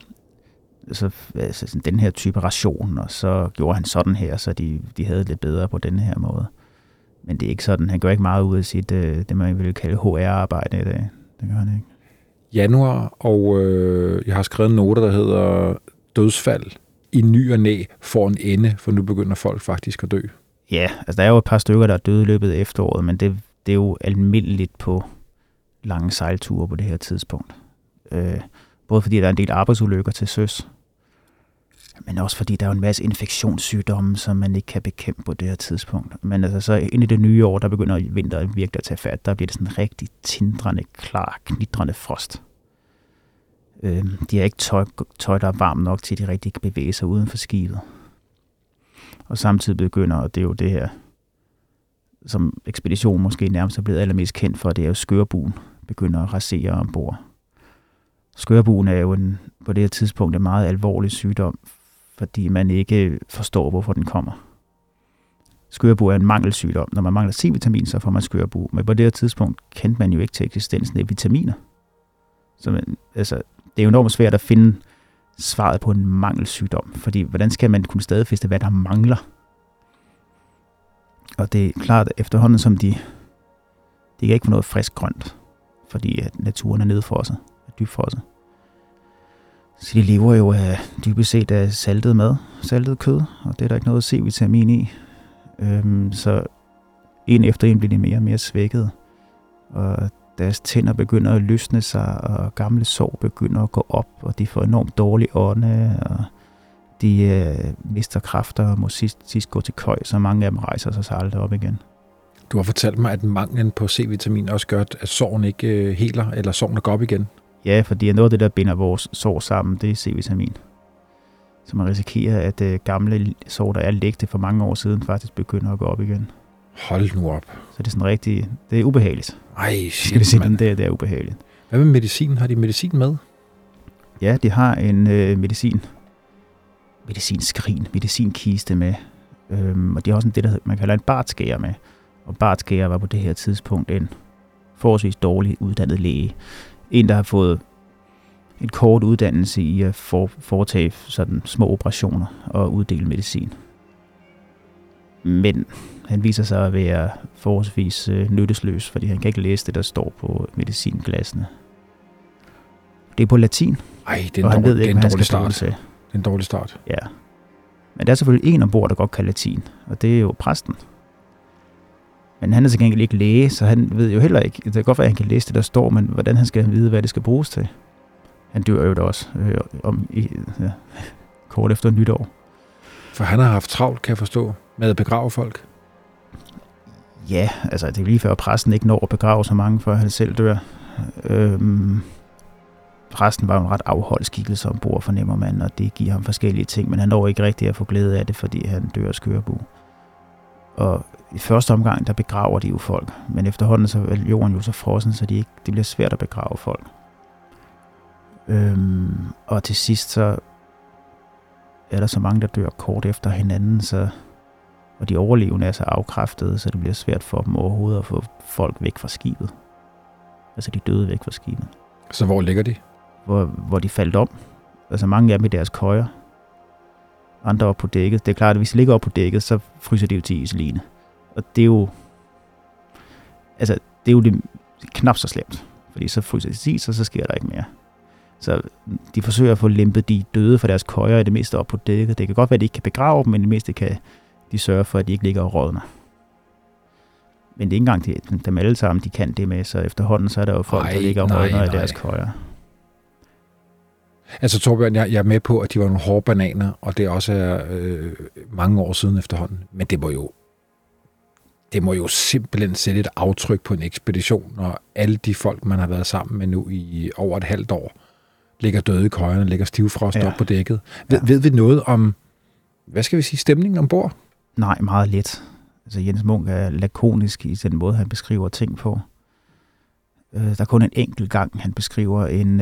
altså den her type ration, og så gjorde han sådan her, så de havde det lidt bedre på den her måde. Men det er ikke sådan. Han gør ikke meget ud af sit, det man vil kalde HR-arbejde i dag. Det gør han ikke. Januar, og jeg har skrevet noter, der hedder dødsfald i ny og næ får en ende, for nu begynder folk faktisk at dø. Ja, altså der er jo et par stykker, der er døde i løbet af efteråret, men det er jo almindeligt på lange sejlture på det her tidspunkt. Både fordi der er en del arbejdsulykker til søs, men også fordi der er en masse infektionssygdomme, som man ikke kan bekæmpe på det her tidspunkt. Men altså så ind i det nye år, der begynder vinteren virkelig at tage fat. Der bliver det sådan en rigtig tindrende, klar, knitrende frost. De har ikke tøj, der er varmt nok til, at de rigtig kan bevæge sig uden for skibet. Og samtidig begynder, og det er jo det her, som ekspeditionen måske nærmest er blevet allermest kendt for, det er jo skørbuen begynder at rasere ombord. Skørbuen er jo på det her tidspunkt en meget alvorlig sygdom, fordi man ikke forstår, hvorfor den kommer. Skørbue er en mangelsygdom. Når man mangler C-vitamin, så får man skørbue. Men på det her tidspunkt kendte man jo ikke til eksistensen af vitaminer. Så det er jo enormt svært at finde svaret på en mangelsygdom, fordi hvordan skal man kunne stadfæste, hvad der mangler? Og det er klart, at efterhånden som de kan ikke få noget frisk grønt, fordi at naturen er nedfrosset, dybfrosset. Så de lever jo dybest set af saltet mad, saltet kød, og det er der ikke noget C-vitamin i. Så en efter en bliver de mere og mere svækket, og deres tænder begynder at løsne sig, og gamle sår begynder at gå op, og de får enormt dårlig ånde, og de mister kræfter og må sidst gå til køj, så mange af dem rejser sig så aldrig op igen. Du har fortalt mig, at manglen på C-vitamin også gør, at såren ikke heler, eller sårene går op igen. Ja, fordi noget af det, der binder vores sår sammen, det er C-vitamin. Så man risikerer, at gamle sår, der er lægte for mange år siden, faktisk begynder at gå op igen. Hold nu op. Så det er sådan rigtig, det er ubehageligt. Ej, shit, mand. Det er ubehageligt. Hvad med medicin? Har de medicin med? Ja, de har en medicinkiste med. Og de har også det, der man kalder en bartskærer med. Og bartskærer var på det her tidspunkt en forholdsvis dårlig uddannet læge. En, der har fået en kort uddannelse i at foretage sådan små operationer og uddele medicin. Men han viser sig at være forholdsvis nyttesløs, fordi han kan ikke læse det, der står på medicinglassene. Det er på latin, Ej, det er en dårlig start. Det er en dårlig start. Ja. Men der er selvfølgelig en ombord, der godt kan latin, og det er jo præsten. Men han er til gengæld ikke læge, så han ved jo heller ikke. Det kan godt være, at han kan læse det, der står, men hvordan han skal vide, hvad det skal bruges til. Han dør jo da også kort efter nytår. For han har haft travlt, kan jeg forstå, med at begrave folk. Ja, altså det er lige før præsten ikke når at begrave så mange, før han selv dør. Præsten var jo en ret afholdt skikkelse ombord, fornemmer man, og det giver ham forskellige ting, men han når ikke rigtig at få glæde af det, fordi han dør af skørbug. Og i første omgang, der begraver de jo folk, men efterhånden så er jorden jo så frossen, så det bliver svært at begrave folk. Og til sidst så er der så mange, der dør kort efter hinanden, og de overlevende er så afkræftede, så det bliver svært for dem overhovedet at få folk væk fra skibet. Altså de døde væk fra skibet. Så hvor ligger de? Hvor de faldt om. Altså mange af dem i deres køjer. Andre op på dækket. Det er klart, at hvis de ligger op på dækket, så fryser de jo til isline. Og det er jo... Altså, det er jo det knap så slemt. Fordi så fryser de til is, og så sker der ikke mere. Så de forsøger at få lempet de døde fra deres køjer i det meste op på dækket. Det kan godt være, at de ikke kan begrave dem, men det meste kan de sørge for, at de ikke ligger og rådner. Men det er ikke engang dem alle sammen, de kan det med, så efterhånden så er der jo folk, der ligger og rådner i deres køjer. Altså Torbjørn, jeg er med på, at de var nogle hårde bananer, og det også er mange år siden efterhånden. Men det må jo simpelthen sætte et aftryk på en ekspedition, når alle de folk, man har været sammen med nu i over et halvt år, ligger døde i køjerne, ligger stivfrost op på dækket. Ved vi noget om, hvad skal vi sige, stemningen ombord? Nej, meget lidt. Altså Jens Munk er lakonisk i den måde, han beskriver ting på. Der er kun en enkelt gang, han beskriver en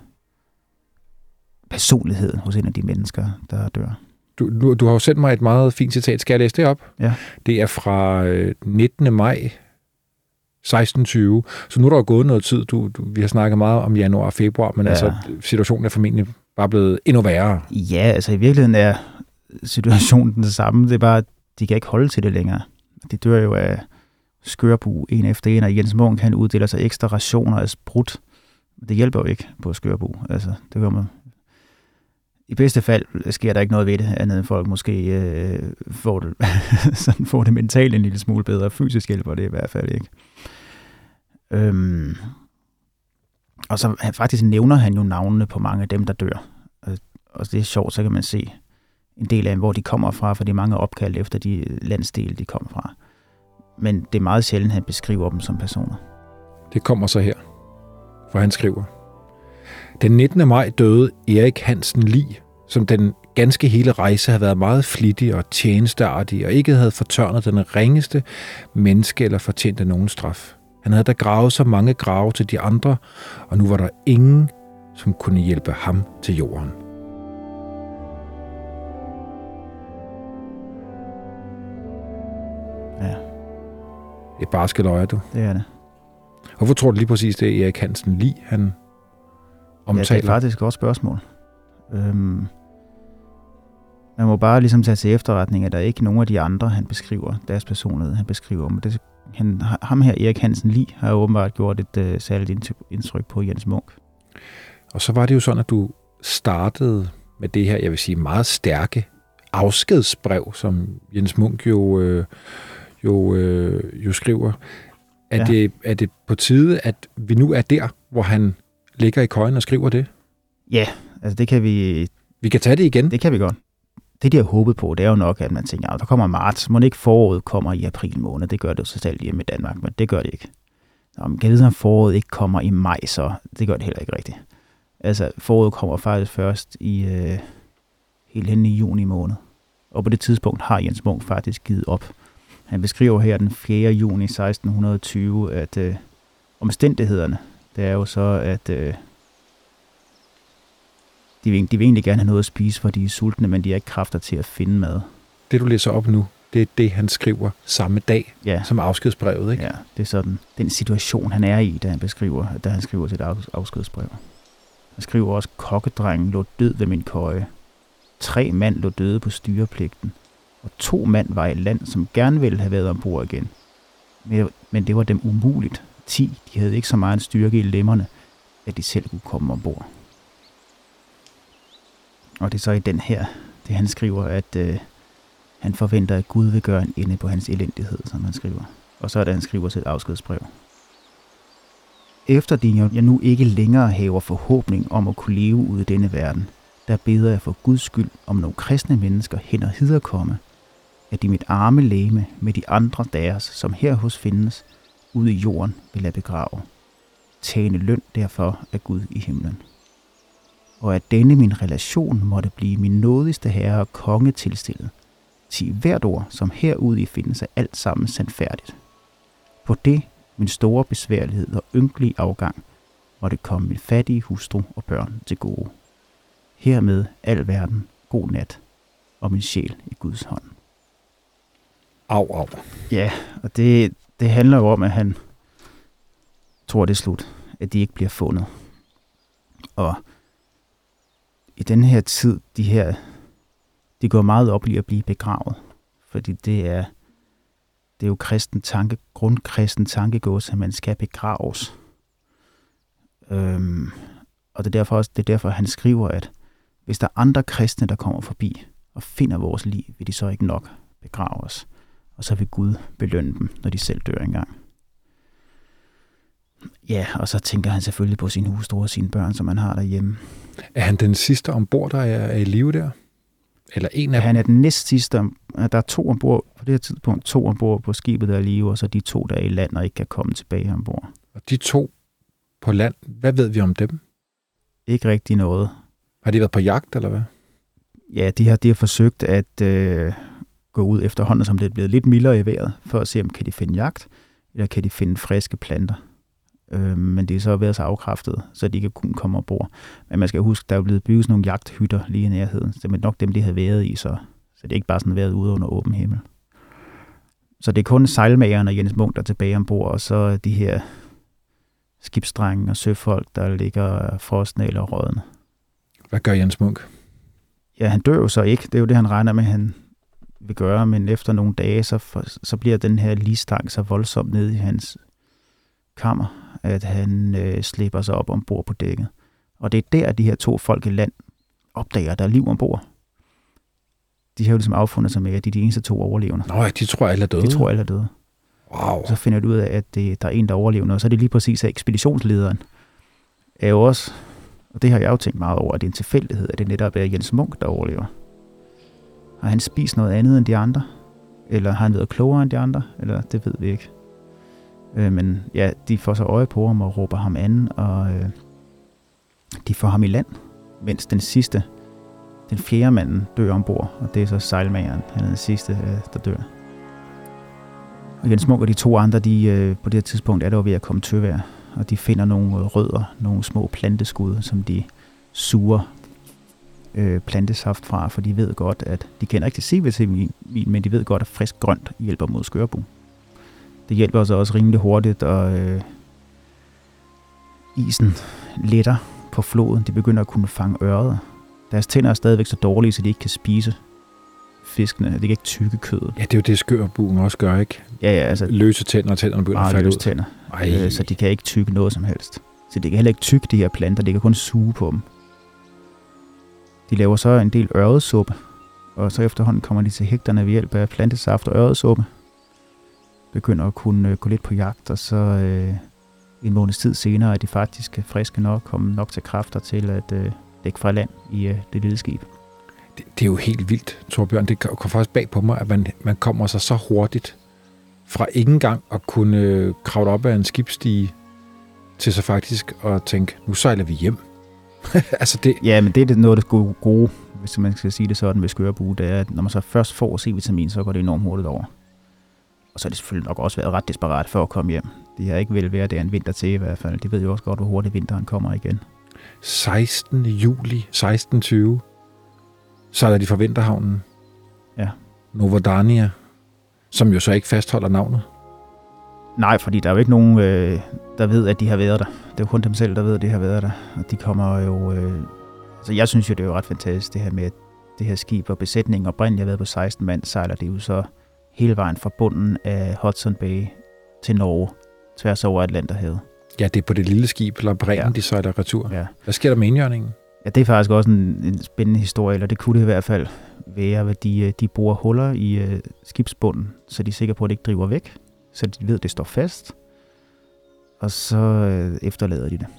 personlighed hos en af de mennesker, der dør. Du har jo sendt mig et meget fint citat. Skal jeg læse det op? Ja. Det er fra 19. maj 1620. Så nu er der jo gået noget tid. Vi har snakket meget om januar og februar, men altså situationen er formentlig bare blevet endnu værre. Ja, altså i virkeligheden er situationen den samme. Det er bare, at de kan ikke holde til det længere. De dør jo af skørbug en efter en, og Jens Munk han uddeler sig ekstra rationer af sprut. Det hjælper jo ikke på skørbug. Altså, det gør man. I bedste fald sker der ikke noget ved det, andet end folk måske får det mentalt en lille smule bedre. Fysisk hjælper det i hvert fald ikke. Og så faktisk nævner han jo navnene på mange af dem, der dør. Og det er sjovt, så kan man se en del af dem, hvor de kommer fra, for de er mange opkaldt efter de landsdele, de kommer fra. Men det er meget sjældent, han beskriver dem som personer. Det kommer så her, for han skriver: Den 19. maj døde Erik Hansen Lig, som den ganske hele rejse havde været meget flittig og tjenesteartig, og ikke havde fortørnet den ringeste menneske eller fortjente nogen straf. Han havde da gravet så mange grave til de andre, og nu var der ingen, som kunne hjælpe ham til jorden. Ja. Det er barske løjer, du. Det er det. Hvorfor tror du lige præcis, det er Erik Hansen Lig, han omtaler? Ja, det er faktisk et godt spørgsmål. Man må bare ligesom tage til efterretning, at der ikke er nogen af de andre, han beskriver, deres personlighed, han beskriver. Men ham her, Erik Hansen Lig, har jo åbenbart gjort et særligt indtryk på Jens Munk. Og så var det jo sådan, at du startede med det her, jeg vil sige, meget stærke afskedsbrev, som Jens Munk jo skriver. Er det på tide, at vi nu er der, hvor han ligger i køjen og skriver det? Ja, altså det kan vi... Vi kan tage det igen. Det kan vi godt. Det, de har håbet på, det er jo nok, at man tænker, der kommer marts. Må ikke foråret kommer i april måned? Det gør det jo så selv hjemme i Danmark, men det gør det ikke. Om kan vide, at foråret ikke kommer i maj, så det gør det heller ikke rigtigt. Altså, foråret kommer faktisk først i helt hen i juni måned. Og på det tidspunkt har Jens Munk faktisk givet op. Han beskriver her den 4. juni 1620, at omstændighederne, det er jo så, at de vil egentlig gerne have noget at spise, for de er sultne, men de har ikke kræfter til at finde mad. Det, du læser op nu, det er det, han skriver samme dag, som afskedsbrevet, ikke? Ja, det er sådan den situation, han er i, da han skriver sit afskedsbrev. Han skriver også, kokkedrengen lå død ved min køje. 3 mand lå døde på styrepligten, og 2 mand var i land, som gerne ville have været ombord igen. Men det var dem umuligt. 10, de havde ikke så meget styrke i lemmerne, at de selv kunne komme ombord. Og det er så i den her, det han skriver, at han forventer, at Gud vil gøre en ende på hans elendighed, som han skriver. Og så er det, han skriver sit afskedsbrev. Efter jeg nu ikke længere haver forhåbning om at kunne leve ude i denne verden, der beder jeg for Guds skyld om nogle kristne mennesker hen og hiderkomme, at de mit arme legeme med de andre deres, som her hos findes, ude i jorden vil lade begrave. Tjene løn derfor af Gud i himlen. Og at denne min relation måtte blive min nådigste herre og konge tilstillet. Til hvert ord, som herude i findes, er alt sammen sandfærdigt. På det, min store besværlighed og ynkelige afgang, måtte komme min fattige hustru og børn til gode. Hermed al verden, god nat, og min sjæl i Guds hånd. Au. Ja, og det handler jo om, at han tror, det er slut, at de ikke bliver fundet. Og i den her tid, de går meget op i at blive begravet, fordi det er jo grundkristen tankegods, at man skal begraves. Og det er derfor, han skriver, at hvis der er andre kristne, der kommer forbi og finder vores liv, vil de så ikke nok begrave os. Og så vil Gud belønne dem, når de selv dør engang. Ja, og så tænker han selvfølgelig på sin hustru og sine børn, som han har derhjemme. Er han den sidste ombord, der er i live der? Eller en af dem? Han er den næst sidste. Der er 2 ombord på det her tidspunkt. 2 ombord på skibet, der er i live, og så de 2, der er i land og ikke kan komme tilbage ombord. Og de 2 på land, hvad ved vi om dem? Ikke rigtig noget. Har de været på jagt, eller hvad? Ja, de har forsøgt at gå ud efterhånden, som det er blevet lidt mildere i vejret, for at se, om kan de finde jagt, eller kan de finde friske planter. Men det er så været så afkræftet, så de ikke kunne komme ombord. Men man skal huske, der er blevet bygget sådan nogle jagthytter lige i nærheden. Det er nok dem, de havde været i, så det er ikke bare sådan været ude under åben himmel. Så det er kun sejlmageren og Jens Munk, der er tilbage ombord, og så de her skibsdrenge og søfolk, der ligger frosne eller rådne. Hvad gør Jens Munk? Ja, han dør jo så ikke. Det er jo det, han regner med, han vil gøre, men efter nogle dage, så bliver den her ligstang så voldsomt nede i hans kammer, at han slipper sig op ombord på dækket. Og det er der, de her 2 folk i land opdager, at der er liv ombord. De har jo ligesom affundet sig med, at de er de eneste 2 overlevende. Nå, de tror alle er døde. De tror alle er døde. Wow. Så finder de ud af, at der er en, der overlever, og så er det lige præcis, at ekspeditionslederen er jo også, og det har jeg jo tænkt meget over, at det er en tilfældighed, at det netop er Jens Munk, der overlever. Har han spist noget andet end de andre? Eller har han været klogere end de andre? Eller det ved vi ikke. Men ja, de får så øje på ham og råber ham an, og de får ham i land, mens den 4. manden dør ombord, og det er så sejlmageren, han er den sidste, der dør. Og Jens Munk og de 2 andre, på det her tidspunkt er der jo ved at komme tøvejr, og de finder nogle rødder, nogle små planteskud, som de suger plantesaft fra, for de ved godt, at de kender ikke til C-vitamin, men de ved godt, at frisk grønt hjælper mod skørbug. Det hjælper så også rimelig hurtigt, og isen letter på floden. De begynder at kunne fange ørreder. Deres tænder er stadigvæk så dårlige, så de ikke kan spise fiskene. De kan ikke tygge kødet. Ja, det er jo det, skørbuggen også gør, ikke? Ja, altså løse tænder, og tænderne begynder at falde ud. Tænder. Så de kan ikke tygge noget som helst. Så de kan heller ikke tygge de her planter. De kan kun suge på dem. De laver så en del ørredsuppe, og så efterhånden kommer de til hægterne ved hjælp af plantesaft og ørredsuppe. Begynder at kunne gå lidt på jagt, og så en måneds tid senere er de faktisk friske nok, kommet nok til kræfter til at lægge fra land i det lille skib. Det er jo helt vildt, Torbjørn. Det går faktisk bag på mig, at man kommer sig så hurtigt fra ikke engang at kunne kravle op af en skibsstige til så faktisk at tænke, nu sejler vi hjem. Altså det... Ja, men det er noget af det gode, hvis man skal sige det sådan ved skørbue, det er, at når man så først får C-vitamin, så går det enormt hurtigt over. Og så har det selvfølgelig nok også været ret desperat for at komme hjem. Det har ikke vel været, det er en vinter til i hvert fald. De ved jo også godt, hvor hurtigt vinteren kommer igen. 16. juli 1620, så er de fra vinterhavnen. Ja. Novodania, som jo så ikke fastholder navnet. Nej, fordi der er jo ikke nogen, der ved, at de har været der. Det er jo kun dem selv, der ved, at de har været der. Og de kommer jo... Altså jeg synes jo, det er jo ret fantastisk, det her med, at det her skib og besætningen oprindeligt har været på 16 mand, sejler det jo så hele vejen fra bunden af Hudson Bay til Norge, tværs over Atlanterhavet. Ja, det er på det lille skib, Labræen, de sejler retur. Ja. Hvad sker der med indjørningen? Ja, det er faktisk også en spændende historie, eller det kunne det i hvert fald være, at de borer huller i skibsbunden, så de er sikre på, at det ikke driver væk, så de ved, at det står fast, og så efterlader de det.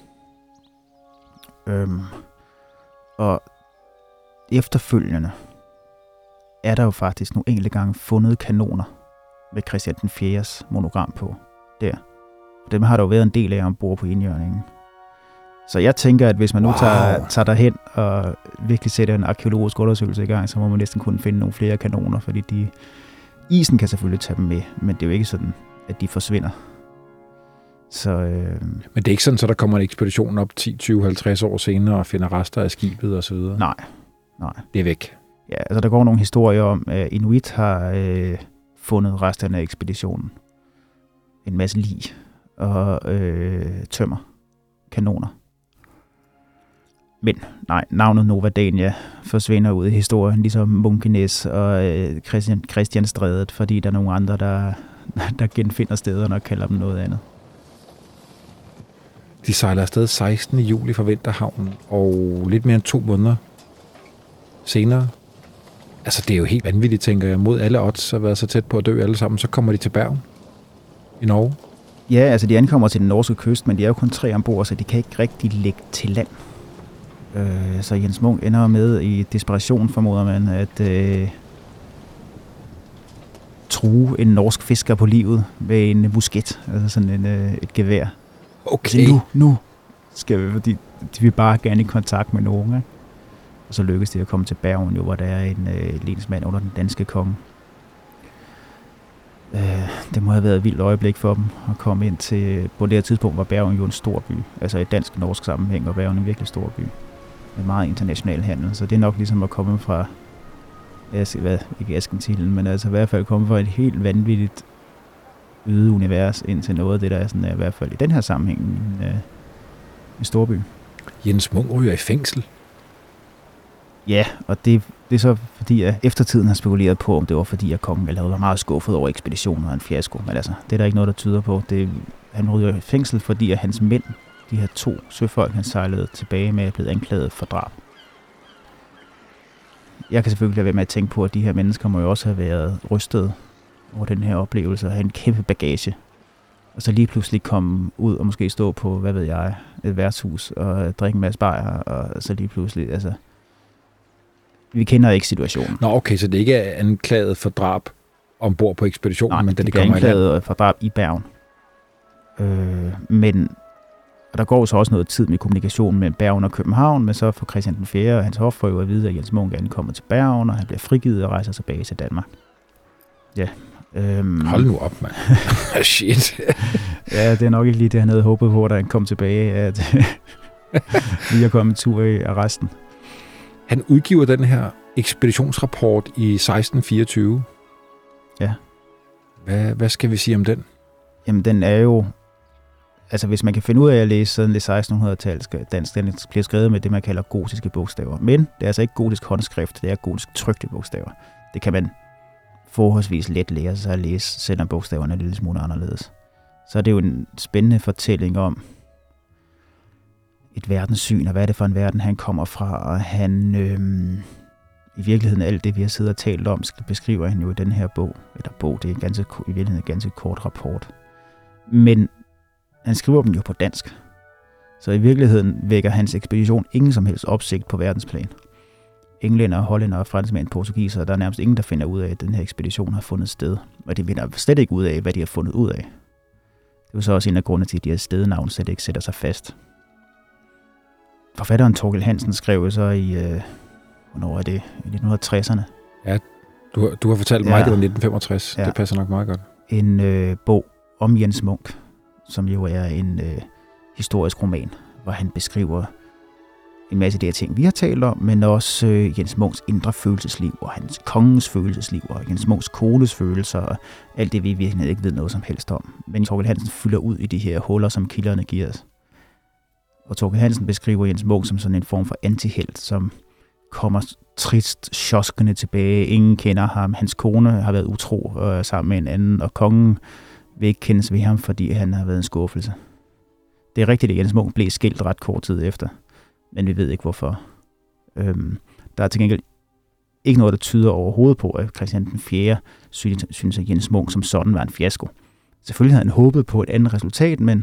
Og efterfølgende, er der jo faktisk nogle enkelte gange fundet kanoner med Christian den 4's monogram på der. Og dem har der jo været en del af ombord på indjørningen. Så jeg tænker, at hvis man nu tager derhen og virkelig sætter en arkeologisk undersøgelse i gang, så må man næsten kunne finde nogle flere kanoner, fordi isen kan selvfølgelig tage dem med, men det er jo ikke sådan, at de forsvinder. Så, Men det er ikke sådan, så der kommer en ekspedition op 10, 20, 50 år senere og finder rester af skibet og så videre? Nej. Det er væk? Ja, altså der går nogle historier om, at Inuit har fundet resterne af ekspeditionen. En masse lig og tømmer, kanoner. Men nej, navnet Nova Dania forsvinder ud i historien, ligesom Munkenæs og Christianstrædet, fordi der er nogle andre, der genfinder stederne og kalder dem noget andet. De sejler afsted 16. juli fra Vinterhavnen, og lidt mere end 2 måneder senere, altså det er jo helt vanvittigt, tænker jeg, mod alle odds at være så tæt på at dø alle sammen, så kommer de til Bergen i Norge. Ja, altså de ankommer til den norske kyst, men de er jo kun 3 ombord, så de kan ikke rigtig lægge til land. Så Jens Munk ender med i desperation, formoder man, at true en norsk fisker på livet med en musket, altså sådan et gevær. Okay. Altså, nu skal vi, fordi de vil bare gerne i kontakt med nogen, ikke? Og så lykkes det at komme til Bergen, jo, hvor der er en lensmand under den danske konge. Det må have været et vildt øjeblik for dem at komme ind til, på det her tidspunkt var Bergen jo en stor by, altså i dansk-norsk sammenhæng, og Bergen en virkelig stor by med meget international handel, så det er nok ligesom at komme fra, ikke Askentilden, men altså i hvert fald komme fra et helt vanvittigt øde univers ind til noget af det, der er sådan, i hvert fald i den her sammenhæng en stor by. Jens Munk ryger i fængsel. Ja, og det er så fordi, at eftertiden har spekuleret på, om det var fordi, at kongen allerede var meget skuffet over ekspeditionen og en fiasko. Men altså, det er der ikke noget, der tyder på. Han ryger i fængsel, fordi at hans mænd, de her 2 søfolk, han sejlede tilbage med, er blevet anklaget for drab. Jeg kan selvfølgelig lade være med at tænke på, at de her mennesker må jo også have været rystet over den her oplevelse og have en kæmpe bagage. Og så lige pludselig komme ud og måske stå på, hvad ved jeg, et værtshus og drikke en masse bajer, og så lige pludselig, altså... Vi kender ikke situationen. Nå, okay, så det ikke er anklaget for drab ombord på ekspeditionen, nej, men da det kommer i land? anklaget for drab i Bergen. Men og der går så også noget tid med kommunikation mellem Bergen og København, men så får Christian den 4. og hans hof får jo at vide, at Jens Munk kommer til Bergen, og han bliver frigivet og rejser tilbage til Danmark. Ja. Hold nu op, mand. Shit. Ja, det er nok ikke lige det, han havde håbet på, da han kom tilbage, at lige at komme en tur i arresten. Han udgiver den her ekspeditionsrapport i 1624. Ja. Hvad skal vi sige om den? Jamen, den er jo... Altså, hvis man kan finde ud af at læse sådan det 1600-tals dansk, den bliver skrevet med det, man kalder gotiske bogstaver. Men det er altså ikke gotisk håndskrift, det er gotisk trykte bogstaver. Det kan man forholdsvis let lære sig at læse, selvom bogstaverne er lidt smule anderledes. Så er det jo en spændende fortælling om et verdenssyn, og hvad er det for en verden, han kommer fra, og han, i virkeligheden alt det, vi har siddet og talt om, beskriver han jo i den her bog, det er i virkeligheden en ganske kort rapport. Men han skriver dem jo på dansk, så i virkeligheden vækker hans ekspedition ingen som helst opsigt på verdensplan. Englænder, hollænder, franskmænd, portugiser, der er nærmest ingen, der finder ud af, at den her ekspedition har fundet sted, og de finder slet ikke ud af, hvad de har fundet ud af. Det er så også en af grundene til, at de her stednavn slet ikke sætter sig fast. Forfatteren Thorkild Hansen skrev så i, hvornår er det? I 1960'erne. Ja, du har fortalt mig, det var 1965. Ja. Det passer nok meget godt. En bog om Jens Munk, som jo er en historisk roman, hvor han beskriver en masse af de her ting, vi har talt om, men også Jens Munks indre følelsesliv, og hans kongens følelsesliv, og Jens Munks kones følelser, og alt det, vi virkelig ikke ved noget som helst om. Men Thorkild Hansen fylder ud i de her huller, som kilderne giver os. Og Thorkild Hansen beskriver Jens Munk som sådan en form for antihelt, som kommer trist, sjoskende tilbage. Ingen kender ham. Hans kone har været utro sammen med en anden, og kongen vil ikke kendes ved ham, fordi han har været en skuffelse. Det er rigtigt, at Jens Munk blev skilt ret kort tid efter, men vi ved ikke hvorfor. Der er til gengæld ikke noget, der tyder overhovedet på, at Christian den 4. synes, at Jens Munk som sådan var en fiasko. Selvfølgelig havde han håbet på et andet resultat, men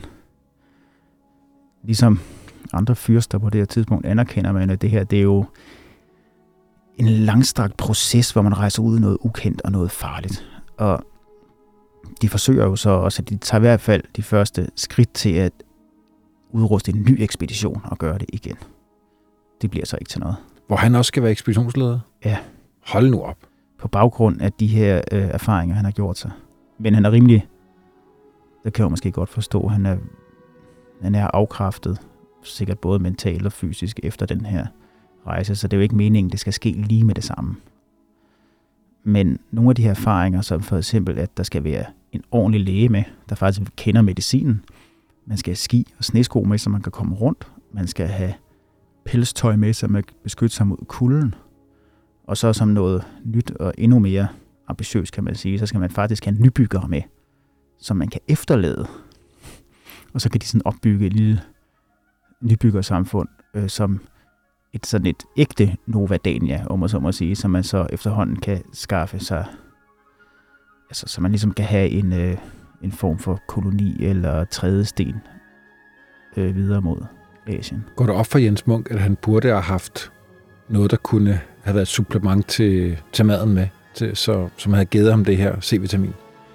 ligesom andre fyrster på det her tidspunkt anerkender man, at det her, det er jo en langstrakt proces, hvor man rejser ud i noget ukendt og noget farligt. Og de forsøger jo så også, at de tager i hvert fald de første skridt til at udruste en ny ekspedition og gøre det igen. Det bliver så ikke til noget. Hvor han også skal være ekspeditionsleder? Ja. Hold nu op. På baggrund af de her erfaringer, han har gjort sig. Men han er rimelig, det kan jeg måske godt forstå, han er afkræftet, sikkert både mentalt og fysisk, efter den her rejse, så det er jo ikke meningen, det skal ske lige med det samme. Men nogle af de her erfaringer, som for eksempel, at der skal være en ordentlig læge med, der faktisk kender medicinen. Man skal have ski og snesko med, så man kan komme rundt. Man skal have pelstøj med, så man kan beskytte sig mod kulden. Og så som noget nyt og endnu mere ambitiøst, kan man sige, så skal man faktisk have nybyggere med, som man kan efterlade. Og så kan de sådan opbygge et lille nybyggersamfund, som sådan et ægte Nova Dania, om man så må sige, som man så efterhånden kan skaffe sig, altså så man ligesom kan have en form for koloni eller trædesten videre mod Asien. Går det op for Jens Munk, at han burde have haft noget, der kunne have været et supplement til maden med, som havde givet ham det her C-vitamin?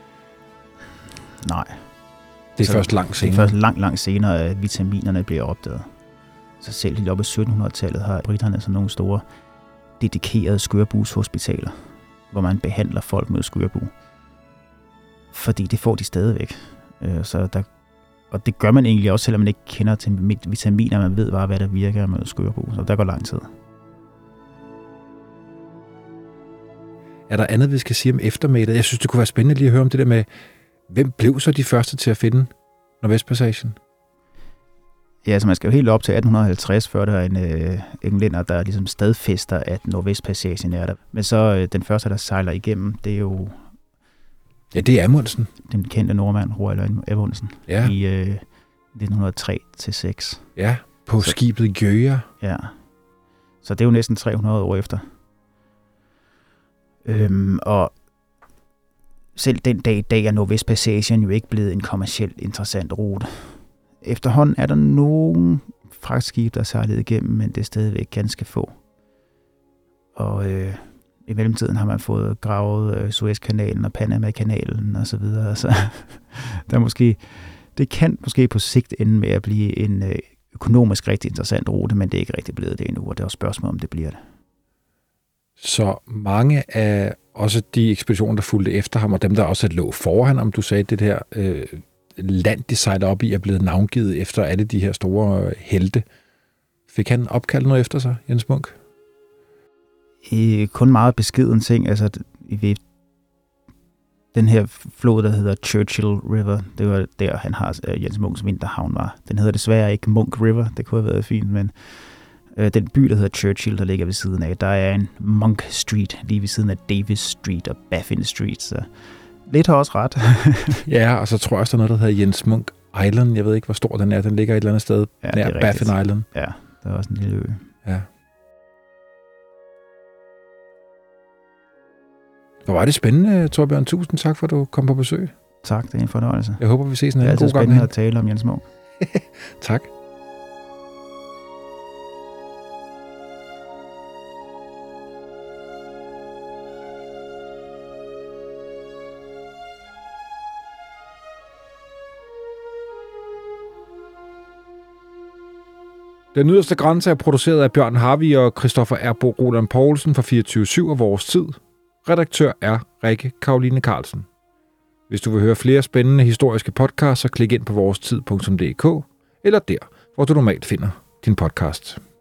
Nej. Det er først langt senere. Det er først langt senere, at vitaminerne bliver opdaget. Så selv helt oppe i 1700-tallet har briterne sådan nogle store dedikerede skørbushospitaler, hvor man behandler folk med skørbu. Fordi det får de stadigvæk. Og det gør man egentlig også, selvom man ikke kender til vitaminer, man ved bare, hvad der virker med skørbu. Så der går lang tid. Er der andet, vi skal sige om eftermælet? Jeg synes, det kunne være spændende lige at høre om det der med, hvem blev så de første til at finde Nordvestpassagen? Ja, så man skal jo helt op til 1850, før der er en englænder, der ligesom stadfæster, at Nordvestpassagen er der. Men så den første, der sejler igennem, det er jo... Ja, det er Amundsen. Den kendte nordmand, Roald Amundsen, ja. I 1903-6. Ja, på skibet Gjøa. Ja, så det er jo næsten 300 år efter. Og selv den dag i dag er Nordvestpassagen jo ikke blevet en kommercielt interessant rute. Efterhånden er der nogle fragtskibe, der er sejlet igennem, men det er stadigvæk ganske få. Og i mellemtiden har man fået gravet Suezkanalen og Panama-kanalen og så videre. Så det kan måske på sigt ende med at blive en økonomisk rigtig interessant rute, men det er ikke rigtig blevet det endnu, og det er også spørgsmål, om det bliver det. Så mange af også de ekspeditioner, der fulgte efter ham, og dem, der også lå foran ham, du sagde, det her land, de sejler op i, er blevet navngivet efter alle de her store helte. Fik han opkaldt noget efter sig, Jens Munk? Kun meget beskeden ting. Altså, den her flod, der hedder Churchill River, det var der, han har Jens Munks vinterhavn var. Den hedder desværre ikke Munk River, det kunne have været fint, men den by, der hedder Churchill, der ligger ved siden af, der er en Monk Street, lige ved siden af Davis Street og Baffin Street, så lidt har også ret. Ja, og så tror jeg også, der er noget, der hedder Jens Munk Island. Jeg ved ikke, hvor stor den er. Den ligger et eller andet sted nær Baffin Island. Ja, der er også en lille ø. Ja. Hvor var det spændende, Torbjørn. Tusind tak, for at du kom på besøg. Tak, det er en fornøjelse. Jeg håber, vi ses en anden god gang. Det er altid spændende at tale om Jens Munk. Tak. Den yderste grænse er produceret af Bjørn Harvig og Christoffer Erbo Roland Poulsen fra 24/7 og Vores Tid. Redaktør er Rikke Karoline Carlsen. Hvis du vil høre flere spændende historiske podcasts, så klik ind på vorestid.dk eller der, hvor du normalt finder din podcast.